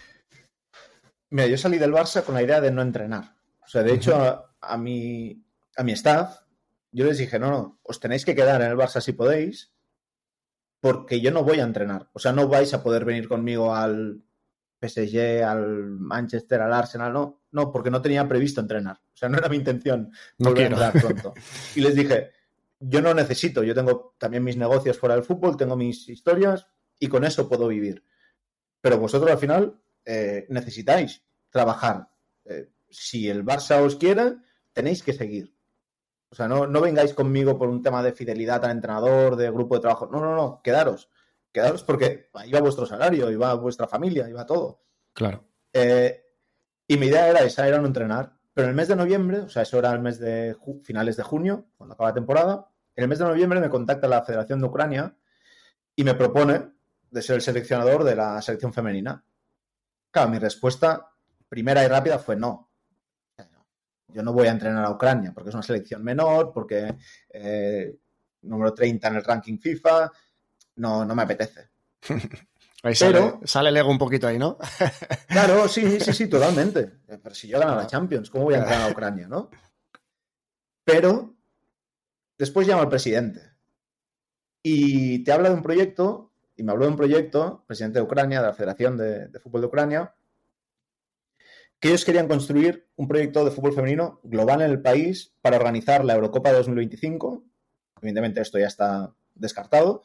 Mira, yo salí del Barça con la idea de no entrenar. O sea, de uh-huh. hecho, a, a, mi, a mi staff, yo les dije, no, no, os tenéis que quedar en el Barça si podéis, porque yo no voy a entrenar. O sea, no vais a poder venir conmigo al P S G, al Manchester, al Arsenal, no, no, porque no tenía previsto entrenar. O sea, no era mi intención no volver quiero. a entrar pronto. Y les dije, yo no necesito, yo tengo también mis negocios fuera del fútbol, tengo mis historias y con eso puedo vivir. Pero vosotros al final eh, necesitáis trabajar. Eh, si el Barça os quiere, tenéis que seguir. O sea, no, no vengáis conmigo por un tema de fidelidad al entrenador, de grupo de trabajo. No, no, no, quedaros. Quedaros porque ahí va vuestro salario, ahí va vuestra familia, ahí va todo. Claro. Eh, y mi idea era esa, era no entrenar. Pero en el mes de noviembre, o sea, eso era el mes de ju- finales de junio, cuando acaba la temporada, en el mes de noviembre me contacta la Federación de Ucrania y me propone de ser el seleccionador de la selección femenina. Claro, mi respuesta primera y rápida fue no. Yo no voy a entrenar a Ucrania porque es una selección menor, porque eh, número treinta en el ranking FIFA, no, no me apetece. Ahí sale, Pero, sale el ego un poquito ahí, ¿no? Claro, sí, sí, sí, totalmente. Pero si yo gano la Champions, ¿cómo voy a entrenar a Ucrania, no? Pero después llama al presidente y te habla de un proyecto, y me habló de un proyecto, presidente de Ucrania, de la Federación de, de Fútbol de Ucrania, que ellos querían construir un proyecto de fútbol femenino global en el país para organizar la Eurocopa de dos mil veinticinco. Evidentemente esto ya está descartado.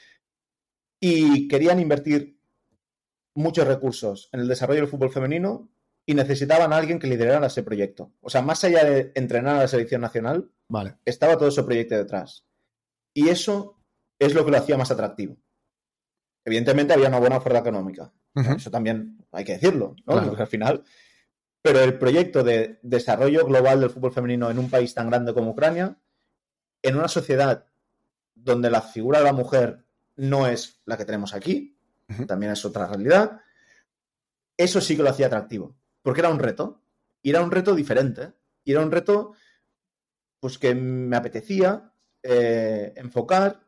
Y querían invertir muchos recursos en el desarrollo del fútbol femenino y necesitaban a alguien que liderara ese proyecto. O sea, más allá de entrenar a la selección nacional, vale. estaba todo ese proyecto detrás. Y eso es lo que lo hacía más atractivo. Evidentemente había una buena oferta económica. Uh-huh. Eso también hay que decirlo, ¿no? Claro. Porque al final... Pero el proyecto de desarrollo global del fútbol femenino en un país tan grande como Ucrania, en una sociedad donde la figura de la mujer no es la que tenemos aquí, uh-huh. también es otra realidad, eso sí que lo hacía atractivo, porque era un reto, y era un reto diferente, y era un reto pues que me apetecía eh, enfocar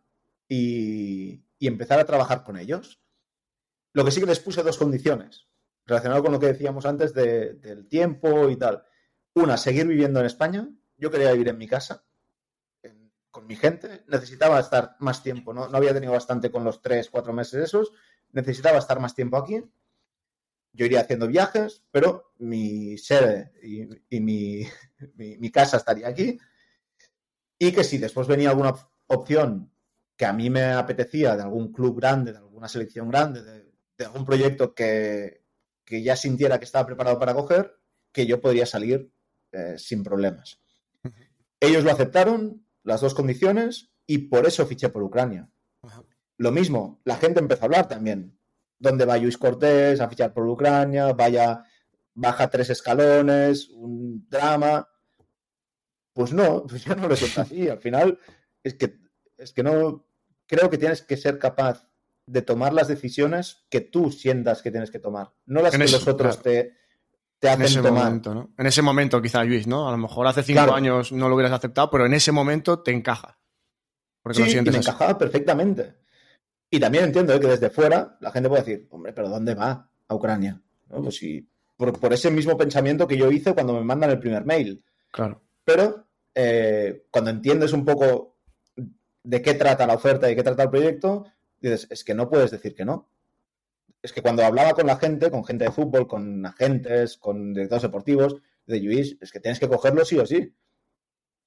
y, y empezar a trabajar con ellos. Lo que sí que les puse dos condiciones, relacionado con lo que decíamos antes de, del tiempo y tal. Una, seguir viviendo en España. Yo quería vivir en mi casa, en, con mi gente. Necesitaba estar más tiempo, ¿no? No había tenido bastante con los tres, cuatro meses esos. Necesitaba estar más tiempo aquí. Yo iría haciendo viajes, pero mi sede y, y mi, mi, mi casa estaría aquí. Y que si después venía alguna opción que a mí me apetecía de algún club grande, de alguna selección grande, de, de algún proyecto que... que ya sintiera que estaba preparado para coger, que yo podría salir eh, sin problemas. Uh-huh. Ellos lo aceptaron, las dos condiciones, y por eso fiché por Ucrania. Uh-huh. Lo mismo, la gente empezó a hablar también. ¿Dónde va Lluís Cortés a fichar por Ucrania? Vaya, baja tres escalones, un drama. Pues no, pues yo no lo siento así. Al final, es que, es que no... Creo que tienes que ser capaz de tomar las decisiones que tú sientas que tienes que tomar, no las en que eso, los otros claro. te, te hacen en ese tomar. Momento, ¿no? En ese momento quizá, Lluís, ¿no? A lo mejor hace cinco claro. años no lo hubieras aceptado, pero en ese momento te encaja. Porque sí, lo sientes y me así. encajaba perfectamente. Y también entiendo ¿eh? que desde fuera la gente puede decir, hombre, ¿pero dónde va a Ucrania? ¿No? Pues sí, por, por ese mismo pensamiento que yo hice cuando me mandan el primer mail. Claro. Pero eh, cuando entiendes un poco de qué trata la oferta y de qué trata el proyecto, dices, es que no puedes decir que no. Es que cuando hablaba con la gente, con gente de fútbol, con agentes, con directores deportivos, de Lluís, es que tienes que cogerlo sí o sí. O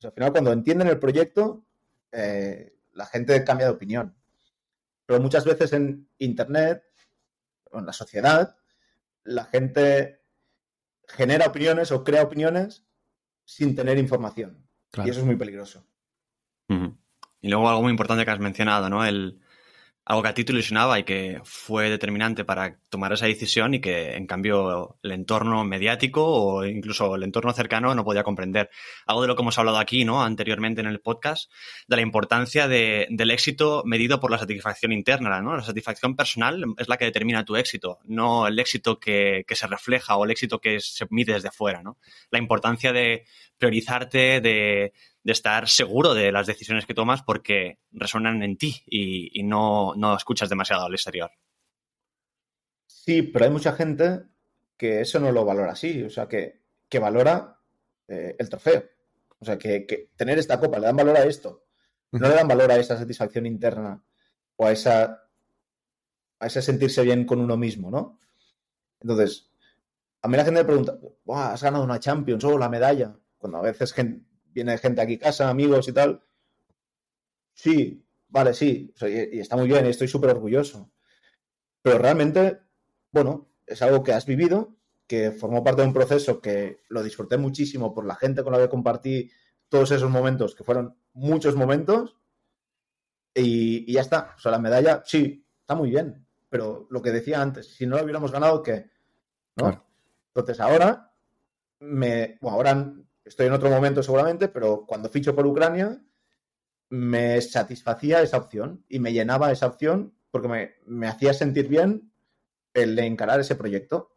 sea, al final, cuando entienden el proyecto, eh, la gente cambia de opinión. Pero muchas veces en Internet, o en la sociedad, la gente genera opiniones o crea opiniones sin tener información. Claro. Y eso es muy peligroso. Uh-huh. Y luego algo muy importante que has mencionado, ¿no? El, algo que a ti te ilusionaba y que fue determinante para tomar esa decisión y que, en cambio, el entorno mediático o incluso el entorno cercano no podía comprender. Algo de lo que hemos hablado aquí, ¿no? Anteriormente en el podcast, de la importancia de, del éxito medido por la satisfacción interna, ¿no? La satisfacción personal es la que determina tu éxito, no el éxito que, que se refleja o el éxito que se mide desde fuera, ¿no? La importancia de priorizarte, de... de estar seguro de las decisiones que tomas porque resuenan en ti y, y no, no escuchas demasiado al exterior. Sí, pero hay mucha gente que eso no lo valora así, o sea, que, que valora eh, el trofeo. O sea, que, que tener esta copa, le dan valor a esto. No le dan valor a esa satisfacción interna o a esa a ese sentirse bien con uno mismo, ¿no? Entonces, a mí la gente me pregunta, ¡buah, has ganado una Champions o oh, la medalla! Cuando a veces gente, viene gente aquí a casa, amigos y tal. Sí, vale, sí. O sea, y, y está muy bien y estoy súper orgulloso. Pero realmente, bueno, es algo que has vivido, que formó parte de un proceso que lo disfruté muchísimo por la gente con la que compartí todos esos momentos, que fueron muchos momentos, y, y ya está. O sea, la medalla, sí, está muy bien. Pero lo que decía antes, si no lo hubiéramos ganado, ¿qué? ¿No? Claro. Entonces ahora, me, bueno, ahora estoy en otro momento seguramente, pero cuando ficho por Ucrania, me satisfacía esa opción y me llenaba esa opción porque me, me hacía sentir bien el de encarar ese proyecto.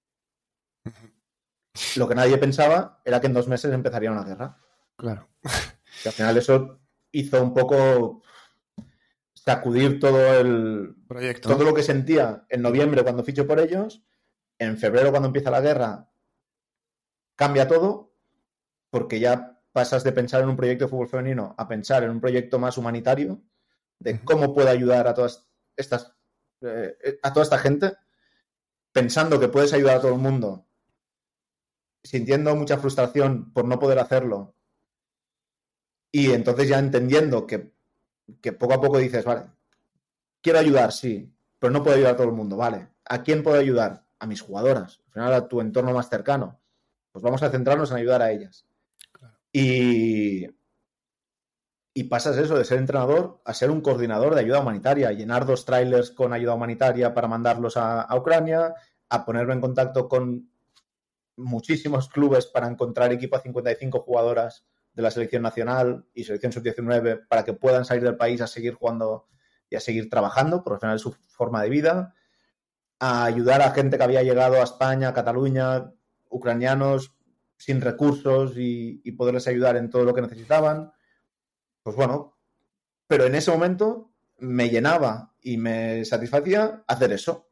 Lo que nadie pensaba era que en dos meses empezaría una guerra. Claro. Y al final eso hizo un poco sacudir todo el proyecto, todo ¿no? lo que sentía en noviembre cuando ficho por ellos. En febrero, cuando empieza la guerra, cambia todo, porque ya pasas de pensar en un proyecto de fútbol femenino a pensar en un proyecto más humanitario, de cómo puedo ayudar a todas estas eh, a toda esta gente, pensando que puedes ayudar a todo el mundo, sintiendo mucha frustración por no poder hacerlo, y entonces ya entendiendo que, que poco a poco dices, vale, quiero ayudar, sí, pero no puedo ayudar a todo el mundo, vale, ¿a quién puedo ayudar? A mis jugadoras, al final a tu entorno más cercano. Pues vamos a centrarnos en ayudar a ellas. Claro. Y, y pasas eso de ser entrenador a ser un coordinador de ayuda humanitaria, a llenar dos trailers con ayuda humanitaria para mandarlos a, a Ucrania, a ponerme en contacto con muchísimos clubes para encontrar equipo a cincuenta y cinco jugadoras de la selección nacional y selección sub diecinueve para que puedan salir del país a seguir jugando y a seguir trabajando, porque al final es su forma de vida, a ayudar a gente que había llegado a España, a Cataluña, ucranianos sin recursos y, y poderles ayudar en todo lo que necesitaban. Pues bueno, pero en ese momento me llenaba y me satisfacía hacer eso.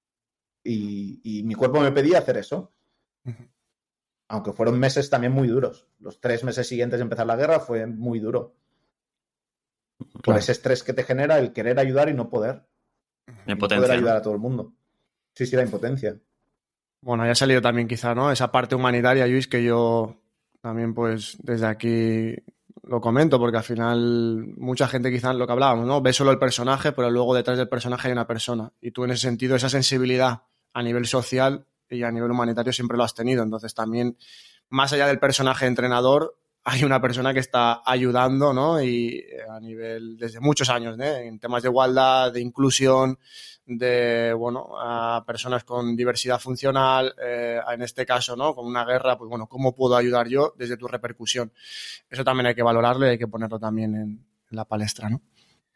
Y, y mi cuerpo me pedía hacer eso. Uh-huh. Aunque fueron meses también muy duros. Los tres meses siguientes de empezar la guerra fue muy duro. Claro. Por ese estrés que te genera el querer ayudar y no poder. Y no poder ayudar, ¿no?, a todo el mundo. Sí, sí, la impotencia. Bueno, ya ha salido también quizá, ¿no?, esa parte humanitaria, Luis, que yo también pues desde aquí lo comento, porque al final mucha gente quizá lo que hablábamos, ¿no?, ve solo el personaje, pero luego detrás del personaje hay una persona. Y tú en ese sentido, esa sensibilidad a nivel social y a nivel humanitario siempre lo has tenido. Entonces también, más allá del personaje entrenador, hay una persona que está ayudando, ¿no?, y a nivel, desde muchos años, ¿no?, en temas de igualdad, de inclusión, de, bueno, a personas con diversidad funcional, eh, en este caso, ¿no?, con una guerra, pues bueno, ¿cómo puedo ayudar yo desde tu repercusión? Eso también hay que valorarlo y hay que ponerlo también en, en la palestra, ¿no?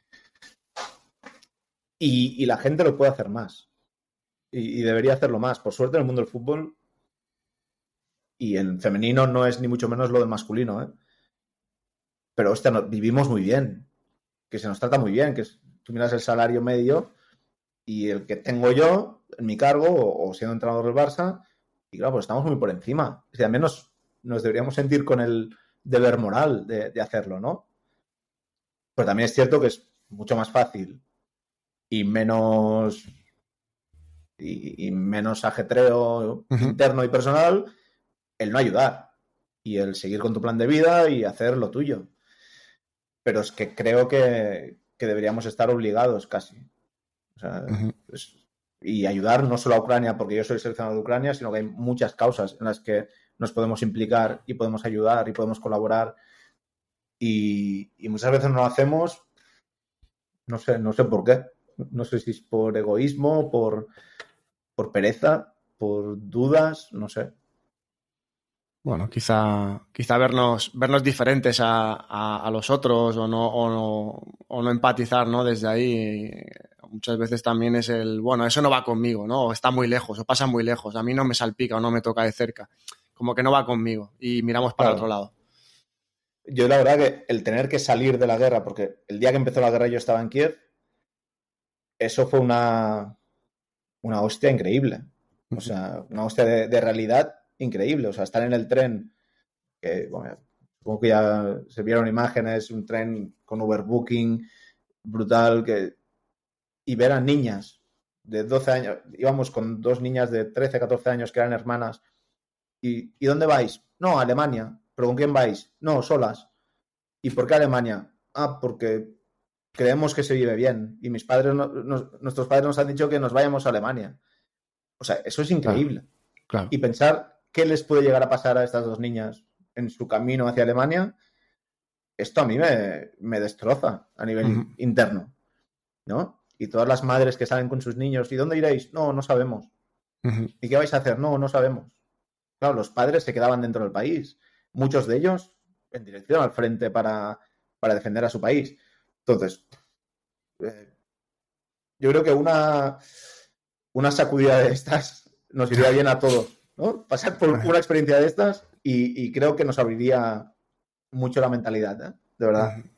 Y, y la gente lo puede hacer más. Y, y debería hacerlo más. Por suerte en el mundo del fútbol, y en femenino no es ni mucho menos lo del masculino, ¿eh? Pero, hostia, no, vivimos muy bien. Que se nos trata muy bien. Que es, tú miras el salario medio y el que tengo yo en mi cargo o, o siendo entrenador del Barça, y claro, pues estamos muy por encima. O sea, al menos nos deberíamos sentir con el deber moral de, de hacerlo, ¿no? Pero también es cierto que es mucho más fácil y menos y, y menos ajetreo uh-huh. interno y personal el no ayudar. y el seguir con tu plan de vida y hacer lo tuyo. Pero es que creo que, que deberíamos estar obligados casi. O sea, uh-huh. pues, y ayudar no solo a Ucrania, porque yo soy seleccionado de Ucrania, sino que hay muchas causas en las que nos podemos implicar y podemos ayudar y podemos colaborar. Y, y muchas veces no lo hacemos, no sé, no sé por qué. No sé si es por egoísmo, por, por pereza, por dudas, no sé. Bueno, quizá, quizá vernos, vernos diferentes a, a, a los otros o no, o, no, o no empatizar, ¿no? Desde ahí. Muchas veces también es el, bueno, eso no va conmigo, ¿no? O está muy lejos, o pasa muy lejos. A mí no me salpica o no me toca de cerca. Como que no va conmigo y miramos para claro. otro lado. Yo la verdad que el tener que salir de la guerra, porque el día que empezó la guerra yo estaba en Kiev, eso fue una, una hostia increíble. O sea, una hostia de, de realidad increíble. O sea, estar en el tren, que bueno, supongo que ya se vieron imágenes, un tren con overbooking brutal, que y ver a niñas de doce años, íbamos con dos niñas de trece, catorce años que eran hermanas. ¿Y, ¿y dónde vais? No, a Alemania. ¿Pero con quién vais? No, solas. ¿Y por qué Alemania? Ah, porque creemos que se vive bien. Y mis padres, no, nos, nuestros padres nos han dicho que nos vayamos a Alemania. O sea, eso es increíble. Claro, claro. Y pensar qué les puede llegar a pasar a estas dos niñas en su camino hacia Alemania, esto a mí me, me destroza a nivel uh-huh. interno, ¿no? Y todas las madres que salen con sus niños, ¿y dónde iréis? No, no sabemos. Uh-huh. ¿Y qué vais a hacer? No, no sabemos. Claro, los padres se quedaban dentro del país. Muchos de ellos en dirección al frente para, para defender a su país. Entonces, eh, yo creo que una, una sacudida de estas nos iría bien a todos, ¿no? Pasar por una experiencia de estas y, y creo que nos abriría mucho la mentalidad, ¿eh? De verdad. Uh-huh.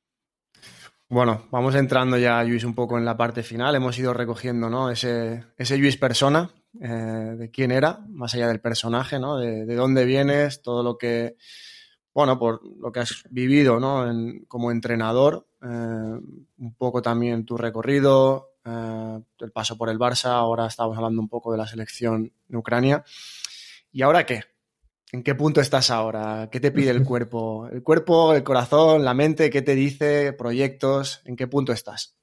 Bueno, vamos entrando ya, Lluís, un poco en la parte final. Hemos ido recogiendo, ¿no? Ese, ese Lluís persona, eh, de quién era, más allá del personaje, ¿no? De, de dónde vienes, todo lo que, bueno, por lo que has vivido, ¿no? En, como entrenador, eh, un poco también tu recorrido, eh, el paso por el Barça, ahora estamos hablando un poco de la selección de Ucrania. ¿Y ahora qué? ¿En qué punto estás ahora? ¿Qué te pide el cuerpo? ¿El cuerpo, el corazón, la mente? ¿Qué te dice? ¿Proyectos? ¿En qué punto estás?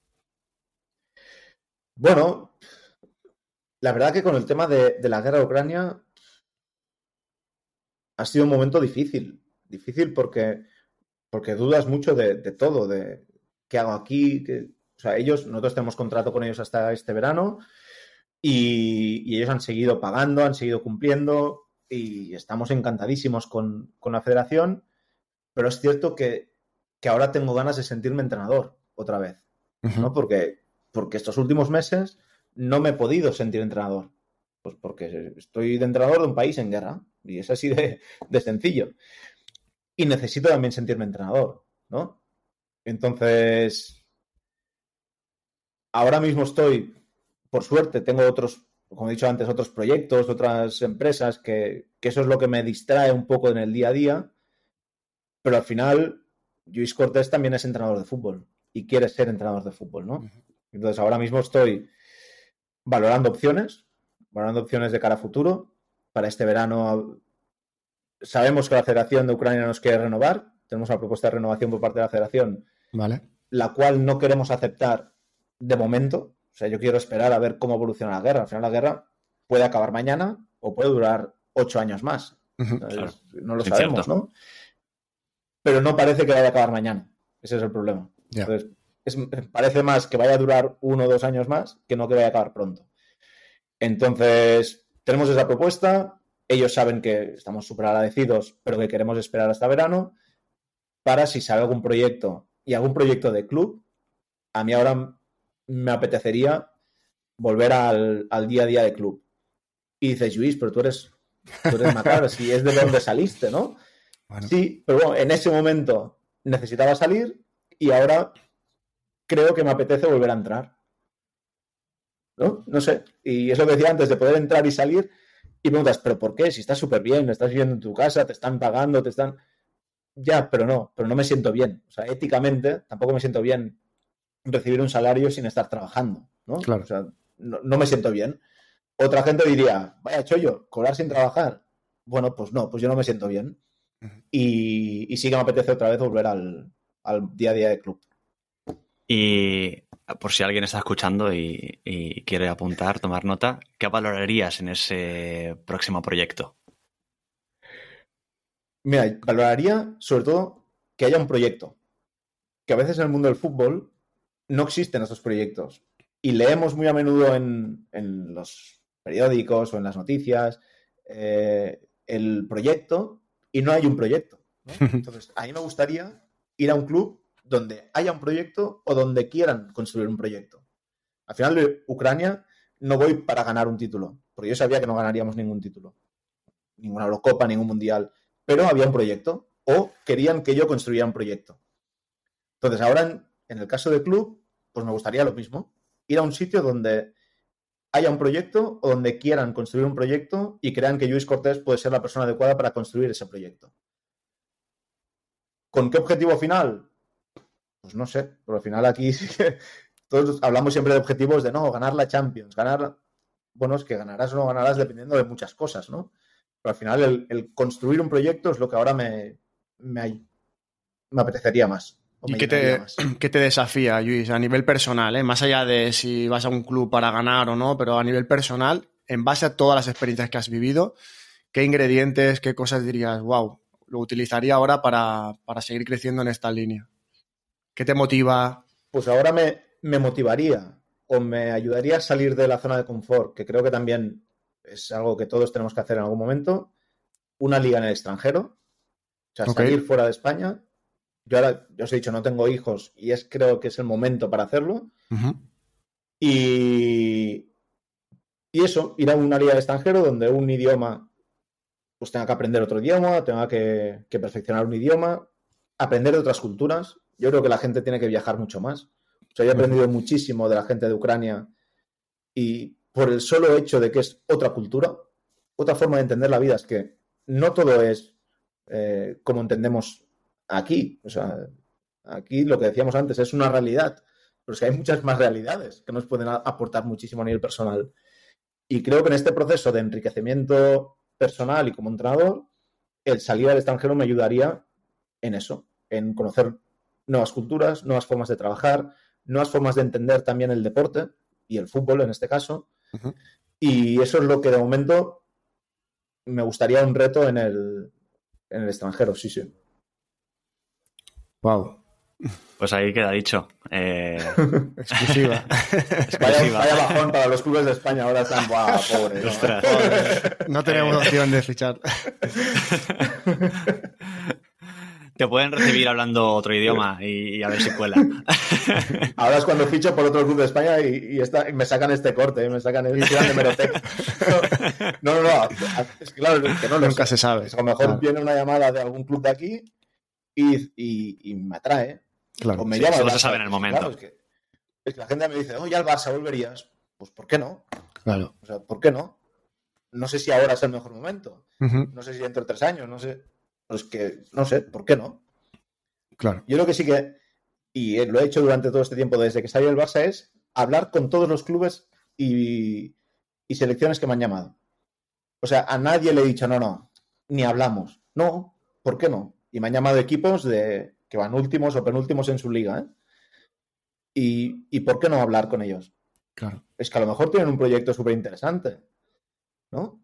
Bueno, la verdad que con el tema de, de la guerra de Ucrania ha sido un momento difícil. Difícil porque, porque dudas mucho de, de todo, de qué hago aquí. Qué, o sea, ellos, nosotros tenemos contrato con ellos hasta este verano y, y ellos han seguido pagando, han seguido cumpliendo. Y estamos encantadísimos con, con la federación, pero es cierto que, que ahora tengo ganas de sentirme entrenador otra vez, uh-huh. ¿no? Porque, porque estos últimos meses no me he podido sentir entrenador, pues porque estoy de entrenador de un país en guerra y es así de, de sencillo. Y necesito también sentirme entrenador, ¿no? Entonces, ahora mismo estoy, por suerte, tengo otros, como he dicho antes, otros proyectos, otras empresas, que, que eso es lo que me distrae un poco en el día a día, pero al final Lluís Cortés también es entrenador de fútbol y quiere ser entrenador de fútbol, ¿no? Entonces ahora mismo estoy valorando opciones, valorando opciones de cara a futuro. Para este verano sabemos que la Federación de Ucrania nos quiere renovar, tenemos una propuesta de renovación por parte de la Federación, vale. La cual no queremos aceptar de momento. O sea, yo quiero esperar a ver cómo evoluciona la guerra. Al final la guerra puede acabar mañana o puede durar ocho años más. Uh-huh. Claro. No lo sí, sabemos, cierto. ¿no? Pero no parece que vaya a acabar mañana. Ese es el problema. Yeah. Entonces, es, parece más que vaya a durar uno o dos años más que no que vaya a acabar pronto. Entonces, tenemos esa propuesta. Ellos saben que estamos súper agradecidos, pero que queremos esperar hasta verano para si sale algún proyecto y algún proyecto de club. A mí ahora me apetecería volver al, al día a día de club. Y dices, Lluís, pero tú eres, tú eres macabro, si es de donde saliste, ¿no? Bueno. Sí, pero bueno, en ese momento necesitaba salir y ahora creo que me apetece volver a entrar. ¿No? No sé. Y es lo que decía antes, de poder entrar y salir y preguntas, ¿pero por qué? Si estás súper bien, estás viviendo en tu casa, te están pagando, te están... Ya, pero no, pero no me siento bien. O sea, éticamente tampoco me siento bien recibir un salario sin estar trabajando, ¿no? Claro. O sea, no, no me siento bien. Otra gente diría, vaya chollo, cobrar sin trabajar. Bueno, pues no, pues yo no me siento bien. y, y sí que me apetece otra vez volver al, al día a día de club. Y por si alguien está escuchando y, y quiere apuntar, tomar nota, ¿qué valorarías en ese próximo proyecto? Mira, valoraría sobre todo que haya un proyecto. Que a veces en el mundo del fútbol no existen estos proyectos. Y leemos muy a menudo en, en los periódicos o en las noticias eh, el proyecto y no hay un proyecto, ¿no? Entonces, a mí me gustaría ir a un club donde haya un proyecto o donde quieran construir un proyecto. Al final de Ucrania no voy para ganar un título, porque yo sabía que no ganaríamos ningún título, ninguna Eurocopa, ningún Mundial, pero había un proyecto o querían que yo construyera un proyecto. Entonces, ahora en, en el caso del club, pues me gustaría lo mismo, ir a un sitio donde haya un proyecto o donde quieran construir un proyecto y crean que Lluís Cortés puede ser la persona adecuada para construir ese proyecto. ¿Con qué objetivo final? Pues no sé, pero al final aquí sí que todos hablamos siempre de objetivos de no, ganar la Champions, ganar, bueno, es que ganarás o no ganarás dependiendo de muchas cosas, ¿no? Pero al final el, el construir un proyecto es lo que ahora me, me, me apetecería más. ¿Y qué te, qué te desafía, Lluís, a nivel personal, ¿eh? Más allá de si vas a un club para ganar o no, pero a nivel personal, en base a todas las experiencias que has vivido, ¿qué ingredientes, qué cosas dirías, wow, lo utilizaría ahora para, para seguir creciendo en esta línea? ¿Qué te motiva? Pues ahora me, me motivaría o me ayudaría a salir de la zona de confort, que creo que también es algo que todos tenemos que hacer en algún momento, una liga en el extranjero, o sea, Okay. salir fuera de España. Yo ahora, yo os he dicho, no tengo hijos y es creo que es el momento para hacerlo. Uh-huh. Y, y eso, ir a una liga de extranjero donde un idioma, pues tenga que aprender otro idioma, tenga que, que perfeccionar un idioma, aprender de otras culturas. Yo creo que la gente tiene que viajar mucho más. O sea, yo he aprendido uh-huh. muchísimo de la gente de Ucrania y por el solo hecho de que es otra cultura, otra forma de entender la vida, es que no todo es eh, como entendemos aquí, o sea, aquí lo que decíamos antes es una realidad, pero es que hay muchas más realidades que nos pueden aportar muchísimo a nivel personal. Y creo que en este proceso de enriquecimiento personal y como entrenador, el salir al extranjero me ayudaría en eso, en conocer nuevas culturas, nuevas formas de trabajar, nuevas formas de entender también el deporte y el fútbol en este caso. Uh-huh. Y eso es lo que de momento me gustaría un reto en el, en el extranjero, sí, sí. Wow. Pues ahí queda dicho. Eh... Exclusiva. Vaya, vaya bajón para los clubes de España. Ahora están, guau, pobres. ¿No? Pobre. No tenemos opción de fichar. Te pueden recibir hablando otro idioma y, y a ver si cuela. Ahora es cuando ficho por otro club de España y, y, esta, y me sacan este corte, me sacan el de Merotec. No, no, no. Es que claro, que no lo Nunca sé. se sabe. A lo mejor claro. Viene una llamada de algún club de aquí y, y, y me atrae. Claro, o me sí, llama solo se sabe en el momento. Claro, es, que, es que la gente me dice, oye, al Barça volverías. Pues, ¿por qué no? Claro. O sea, ¿por qué no? No sé si ahora es el mejor momento. Uh-huh. No sé si dentro de tres años, no sé. Pues que, no sé, ¿por qué no? Claro. Yo creo que sí que, y lo he hecho durante todo este tiempo desde que salió el Barça, es hablar con todos los clubes y, y selecciones que me han llamado. O sea, a nadie le he dicho, no, no, ni hablamos. No, ¿por qué no? Y me han llamado equipos de que van últimos o penúltimos en su liga, ¿eh? Y, y ¿por qué no hablar con ellos? Claro. Es que a lo mejor tienen un proyecto súper interesante, ¿no?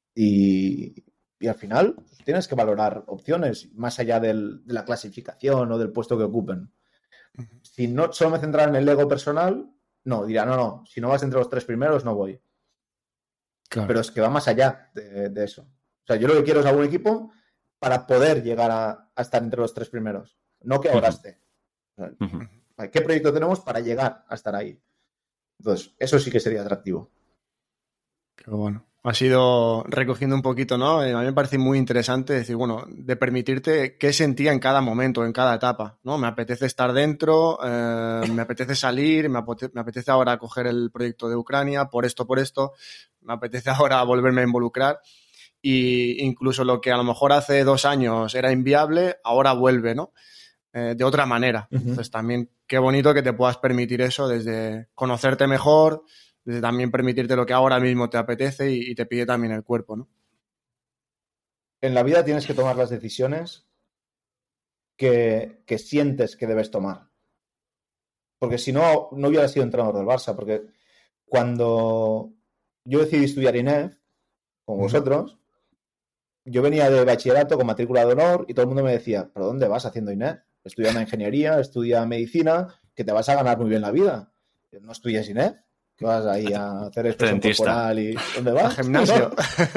Y, y al final pues, tienes que valorar opciones más allá del, de la clasificación o del puesto que ocupen. Uh-huh. Si no solo me centrar en el ego personal, no, dirá, no, no, si no vas entre los tres primeros, no voy. Claro. Pero es que va más allá de, de eso. O sea, yo lo que quiero es algún equipo para poder llegar a, a estar entre los tres primeros, no que ahora uh-huh. esté. O sea, uh-huh. ¿Qué proyecto tenemos para llegar a estar ahí? Entonces, eso sí que sería atractivo. Qué bueno. Ha sido recogiendo un poquito, ¿no? A mí me parece muy interesante decir, bueno, de permitirte qué sentía en cada momento, en cada etapa, ¿no? Me apetece estar dentro, eh, me apetece salir, me apetece, me apetece ahora coger el proyecto de Ucrania, por esto, por esto, me apetece ahora volverme a involucrar y incluso lo que a lo mejor hace dos años era inviable, ahora vuelve, ¿no? Eh, de otra manera. Uh-huh. Entonces también qué bonito que te puedas permitir eso desde conocerte mejor, desde también permitirte lo que ahora mismo te apetece y, y te pide también el cuerpo, ¿no? en la vida tienes que tomar las decisiones que, que sientes que debes tomar. Porque si no, no hubiera sido entrenador del Barça. Porque cuando yo decidí estudiar I N E F, con vosotros, yo venía de bachillerato con matrícula de honor y todo el mundo me decía, ¿pero dónde vas haciendo I N E F? Estudia una ingeniería, estudia medicina, que te vas a ganar muy bien la vida. No estudias I N E F, que vas ahí a hacer expresión corporal y... ¿Dónde vas? Al gimnasio.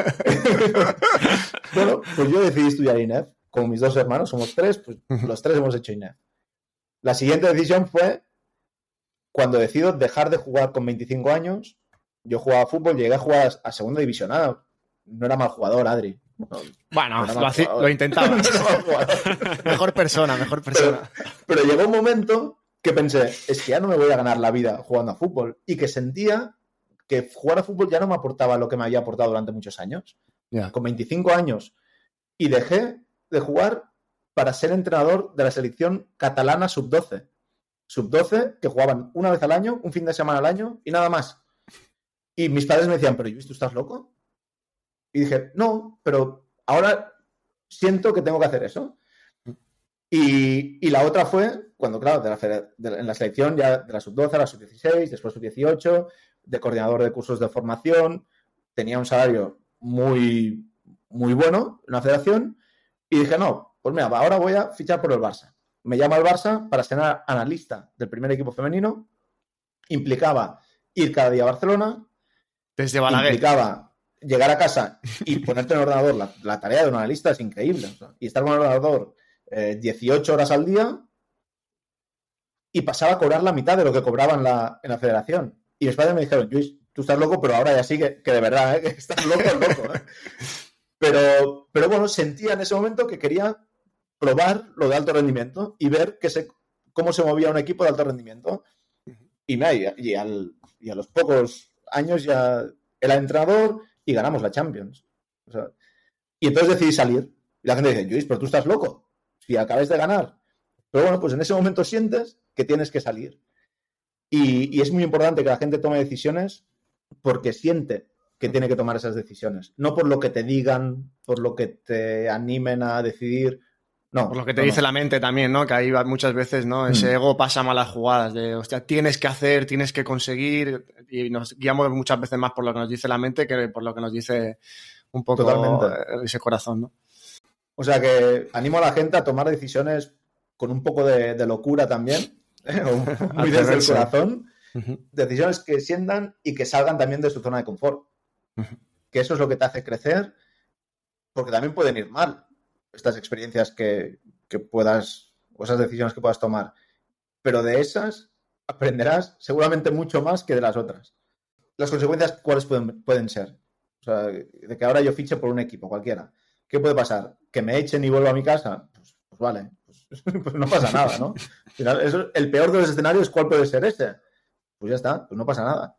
Bueno, pues yo decidí estudiar I N E F. Como mis dos hermanos, somos tres, pues los tres hemos hecho I N E F. La siguiente decisión fue cuando decido dejar de jugar con veinticinco años. Yo jugaba fútbol, llegué a jugar a segunda división. Ah, no era mal jugador, Adri. No, bueno, no lo, hacía, lo intentaba. No mejor persona, mejor persona. Pero, pero llegó un momento que pensé, es que ya no me voy a ganar la vida jugando a fútbol. Y que sentía que jugar a fútbol ya no me aportaba lo que me había aportado durante muchos años. Yeah. Con veinticinco años. Y dejé de jugar para ser entrenador de la selección catalana sub doce. sub doce, que jugaban una vez al año, un fin de semana al año y nada más. Y mis padres me decían, ¿pero Luis, tú estás loco? Y dije, no, pero ahora siento que tengo que hacer eso. Y, y la otra fue, cuando, claro, de la, de, en la selección ya de la sub doce a la sub dieciséis, después sub dieciocho, de coordinador de cursos de formación, tenía un salario muy, muy bueno en la federación, y dije, no, pues mira, ahora voy a fichar por el Barça. Me llama el Barça para ser analista del primer equipo femenino, implicaba ir cada día a Barcelona, desde Balaguer. Implicaba llegar a casa y ponerte en el ordenador. La, la tarea de un analista es increíble. O sea, y estar con el ordenador eh, dieciocho horas al día y pasaba a cobrar la mitad de lo que cobraba en la, en la federación. Y mis padres me dijeron, Luis, tú estás loco, pero ahora ya sí que, que de verdad, ¿eh? Que estás loco, loco. ¿eh? Pero, pero bueno, sentía en ese momento que quería probar lo de alto rendimiento y ver que se, cómo se movía un equipo de alto rendimiento. Y, y, y, al, y a los pocos años ya era entrenador y ganamos la Champions. O sea, y entonces decidí salir. Y la gente dice, Luis, pero tú estás loco. Si acabas de ganar. Pero bueno, pues en ese momento sientes que tienes que salir. Y, y es muy importante que la gente tome decisiones porque siente que tiene que tomar esas decisiones. No por lo que te digan, por lo que te animen a decidir. No, por lo que te no, dice no. la mente también, ¿no? Que ahí va muchas veces, ¿no? Ese mm. ego pasa malas jugadas de, hostia, tienes que hacer, tienes que conseguir, y nos guiamos muchas veces más por lo que nos dice la mente que por lo que nos dice un poco Totalmente. Ese corazón, ¿no? O sea que animo a la gente a tomar decisiones con un poco de, de locura también, ¿eh? Muy desde el corazón, uh-huh. Decisiones que sientan y que salgan también de su zona de confort. Uh-huh. Que eso es lo que te hace crecer, porque también pueden ir mal estas experiencias que, que puedas, o esas decisiones que puedas tomar. Pero de esas aprenderás seguramente mucho más que de las otras. Las consecuencias, ¿cuáles pueden, pueden ser? O sea, de que ahora yo fiche por un equipo, cualquiera. ¿Qué puede pasar? ¿Que me echen y vuelva a mi casa? Pues, pues vale, pues, pues no pasa nada, ¿no? Al final, eso, el peor de los escenarios, ¿cuál puede ser ese? Pues ya está, pues no pasa nada.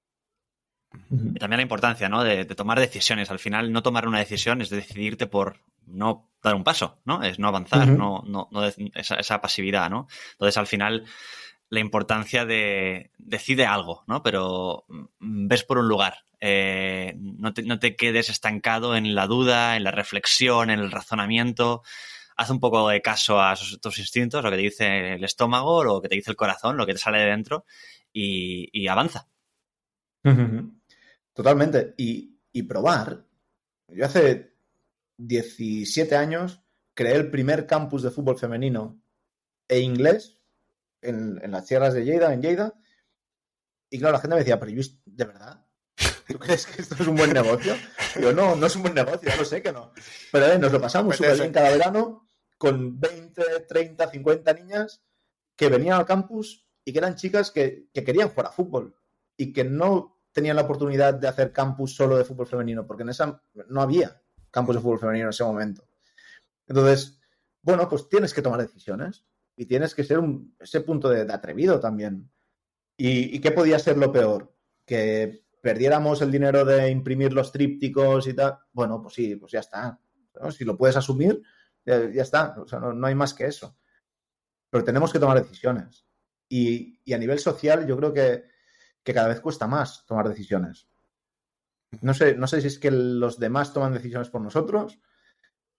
Y también la importancia, ¿no? de, de tomar decisiones. Al final, no tomar una decisión es decidirte por no dar un paso, ¿no? Es no avanzar, uh-huh. no, no, no esa, esa pasividad, ¿no? Entonces, al final, la importancia de decide algo, ¿no? Pero ves por un lugar. Eh, no, te, no te quedes estancado en la duda, en la reflexión, en el razonamiento. Haz un poco de caso a tus instintos, lo que te dice el estómago, lo que te dice el corazón, lo que te sale de dentro y, y avanza. Totalmente. Y, y probar. Yo hace diecisiete años creé el primer campus de fútbol femenino e inglés en, en las tierras de Lleida, en Lleida. Y claro, la gente me decía, pero Luis, ¿de verdad? ¿Tú crees que esto es un buen negocio? Y yo, no, no es un buen negocio, ya lo sé que no. Pero eh, nos lo pasamos súper bien cada verano con veinte, treinta, cincuenta niñas que venían al campus y que eran chicas que, que querían jugar a fútbol y que no tenían la oportunidad de hacer campus solo de fútbol femenino, porque en esa no había campus de fútbol femenino en ese momento. Entonces, bueno, pues tienes que tomar decisiones y tienes que ser un, ese punto de, de atrevido también. ¿Y, ¿Y qué podía ser lo peor? Que perdiéramos el dinero de imprimir los trípticos y tal. Bueno, pues sí, pues ya está, ¿no? Si lo puedes asumir, ya, ya está. O sea, no, no hay más que eso. Pero tenemos que tomar decisiones. Y, y a nivel social yo creo que, que cada vez cuesta más tomar decisiones. No sé, no sé si es que los demás toman decisiones por nosotros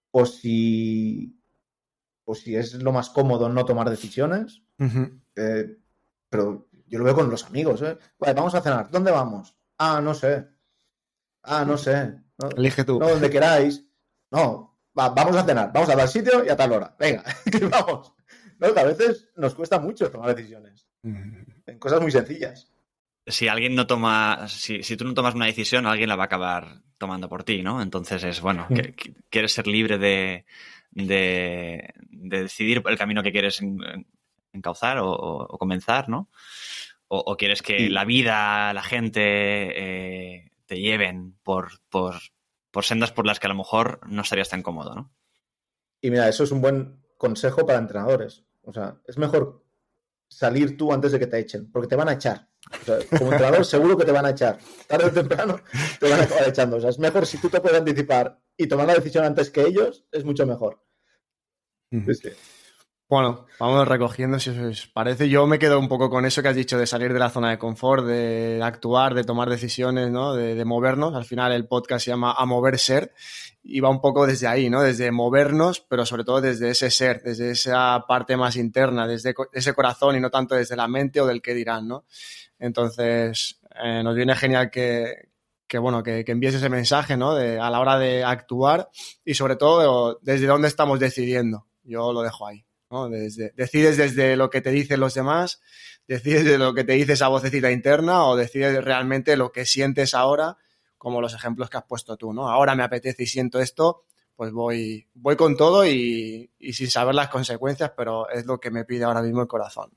o si, o si es lo más cómodo no tomar decisiones. Uh-huh. Eh, pero yo lo veo con los amigos, ¿eh? Vale, vamos a cenar. ¿Dónde vamos? Ah, no sé. Ah, no sé. No, Elige tú. no, donde queráis. No, va, vamos a cenar. Vamos a tal sitio y a tal hora. Venga, vamos. No, que a veces nos cuesta mucho tomar decisiones. Uh-huh. En cosas muy sencillas. Si alguien no toma, si, si tú no tomas una decisión, alguien la va a acabar tomando por ti, ¿no? Entonces es, bueno, mm. que, que quieres ser libre de, de, de decidir el camino que quieres en, encauzar o, o comenzar, ¿no? O, o quieres que sí. la vida, la gente eh, te lleven por, por, por sendas por las que a lo mejor no estarías tan cómodo, ¿no? Y mira, eso es un buen consejo para entrenadores. O sea, es mejor salir tú antes de que te echen, porque te van a echar. O sea, como entrenador seguro que te van a echar. Tarde o temprano te van a acabar echando. O sea, es mejor si tú te puedes anticipar y tomar la decisión antes que ellos, es mucho mejor. Uh-huh. Es que... Bueno, vamos recogiendo si os parece. Yo me quedo un poco con eso que has dicho de salir de la zona de confort, de actuar, de tomar decisiones, ¿no? De, de movernos. Al final el podcast se llama A Mover Ser y va un poco desde ahí, ¿no? Desde movernos, pero sobre todo desde ese ser, desde esa parte más interna, desde ese corazón y no tanto desde la mente o del qué dirán, ¿no? Entonces, eh, nos viene genial que, que bueno, que, que envíes ese mensaje, ¿no? De, a la hora de actuar y sobre todo desde dónde estamos decidiendo. Yo lo dejo ahí, ¿no? Desde, decides desde lo que te dicen los demás, decides de lo que te dice esa vocecita interna o decides realmente lo que sientes ahora, como los ejemplos que has puesto tú, ¿no? Ahora me apetece y siento esto, pues voy, voy con todo y, y sin saber las consecuencias, pero es lo que me pide ahora mismo el corazón.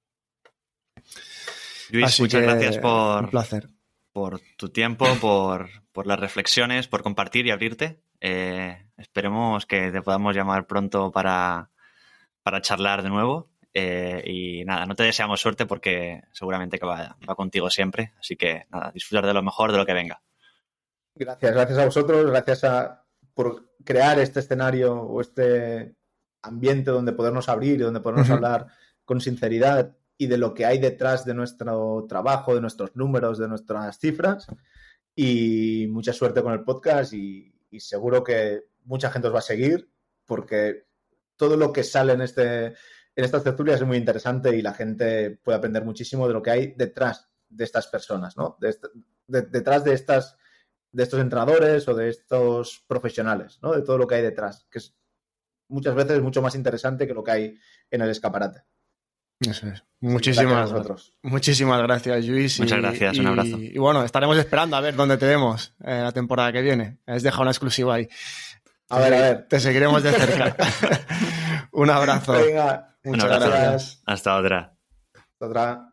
Luis, Así muchas gracias por, un placer. por tu tiempo, por, por las reflexiones, por compartir y abrirte. Eh, esperemos que te podamos llamar pronto para, para charlar de nuevo. Eh, y nada, no te deseamos suerte porque seguramente que va, va contigo siempre. Así que nada, disfrutar de lo mejor, de lo que venga. Gracias, gracias a vosotros, gracias a, por crear este escenario o este ambiente donde podernos abrir y donde podernos uh-huh. hablar con sinceridad y de lo que hay detrás de nuestro trabajo, de nuestros números, de nuestras cifras. Y mucha suerte con el podcast y, y seguro que mucha gente os va a seguir porque todo lo que sale en, este, en estas tertulias es muy interesante y la gente puede aprender muchísimo de lo que hay detrás de estas personas, ¿no? De este, de, detrás de, estas, de estos entrenadores o de estos profesionales, ¿no? De todo lo que hay detrás, que es muchas veces mucho más interesante que lo que hay en el escaparate. Eso es. Muchísimas sí, gracias, muchísimas gracias, Luis. Muchas y, gracias, un abrazo. Y, y bueno, estaremos esperando a ver dónde te vemos eh, la temporada que viene. Has dejado una exclusiva ahí. A te, ver, a ver. Te seguiremos de cerca. Un abrazo. Venga, muchas un abrazo. gracias. Hasta otra. Hasta otra.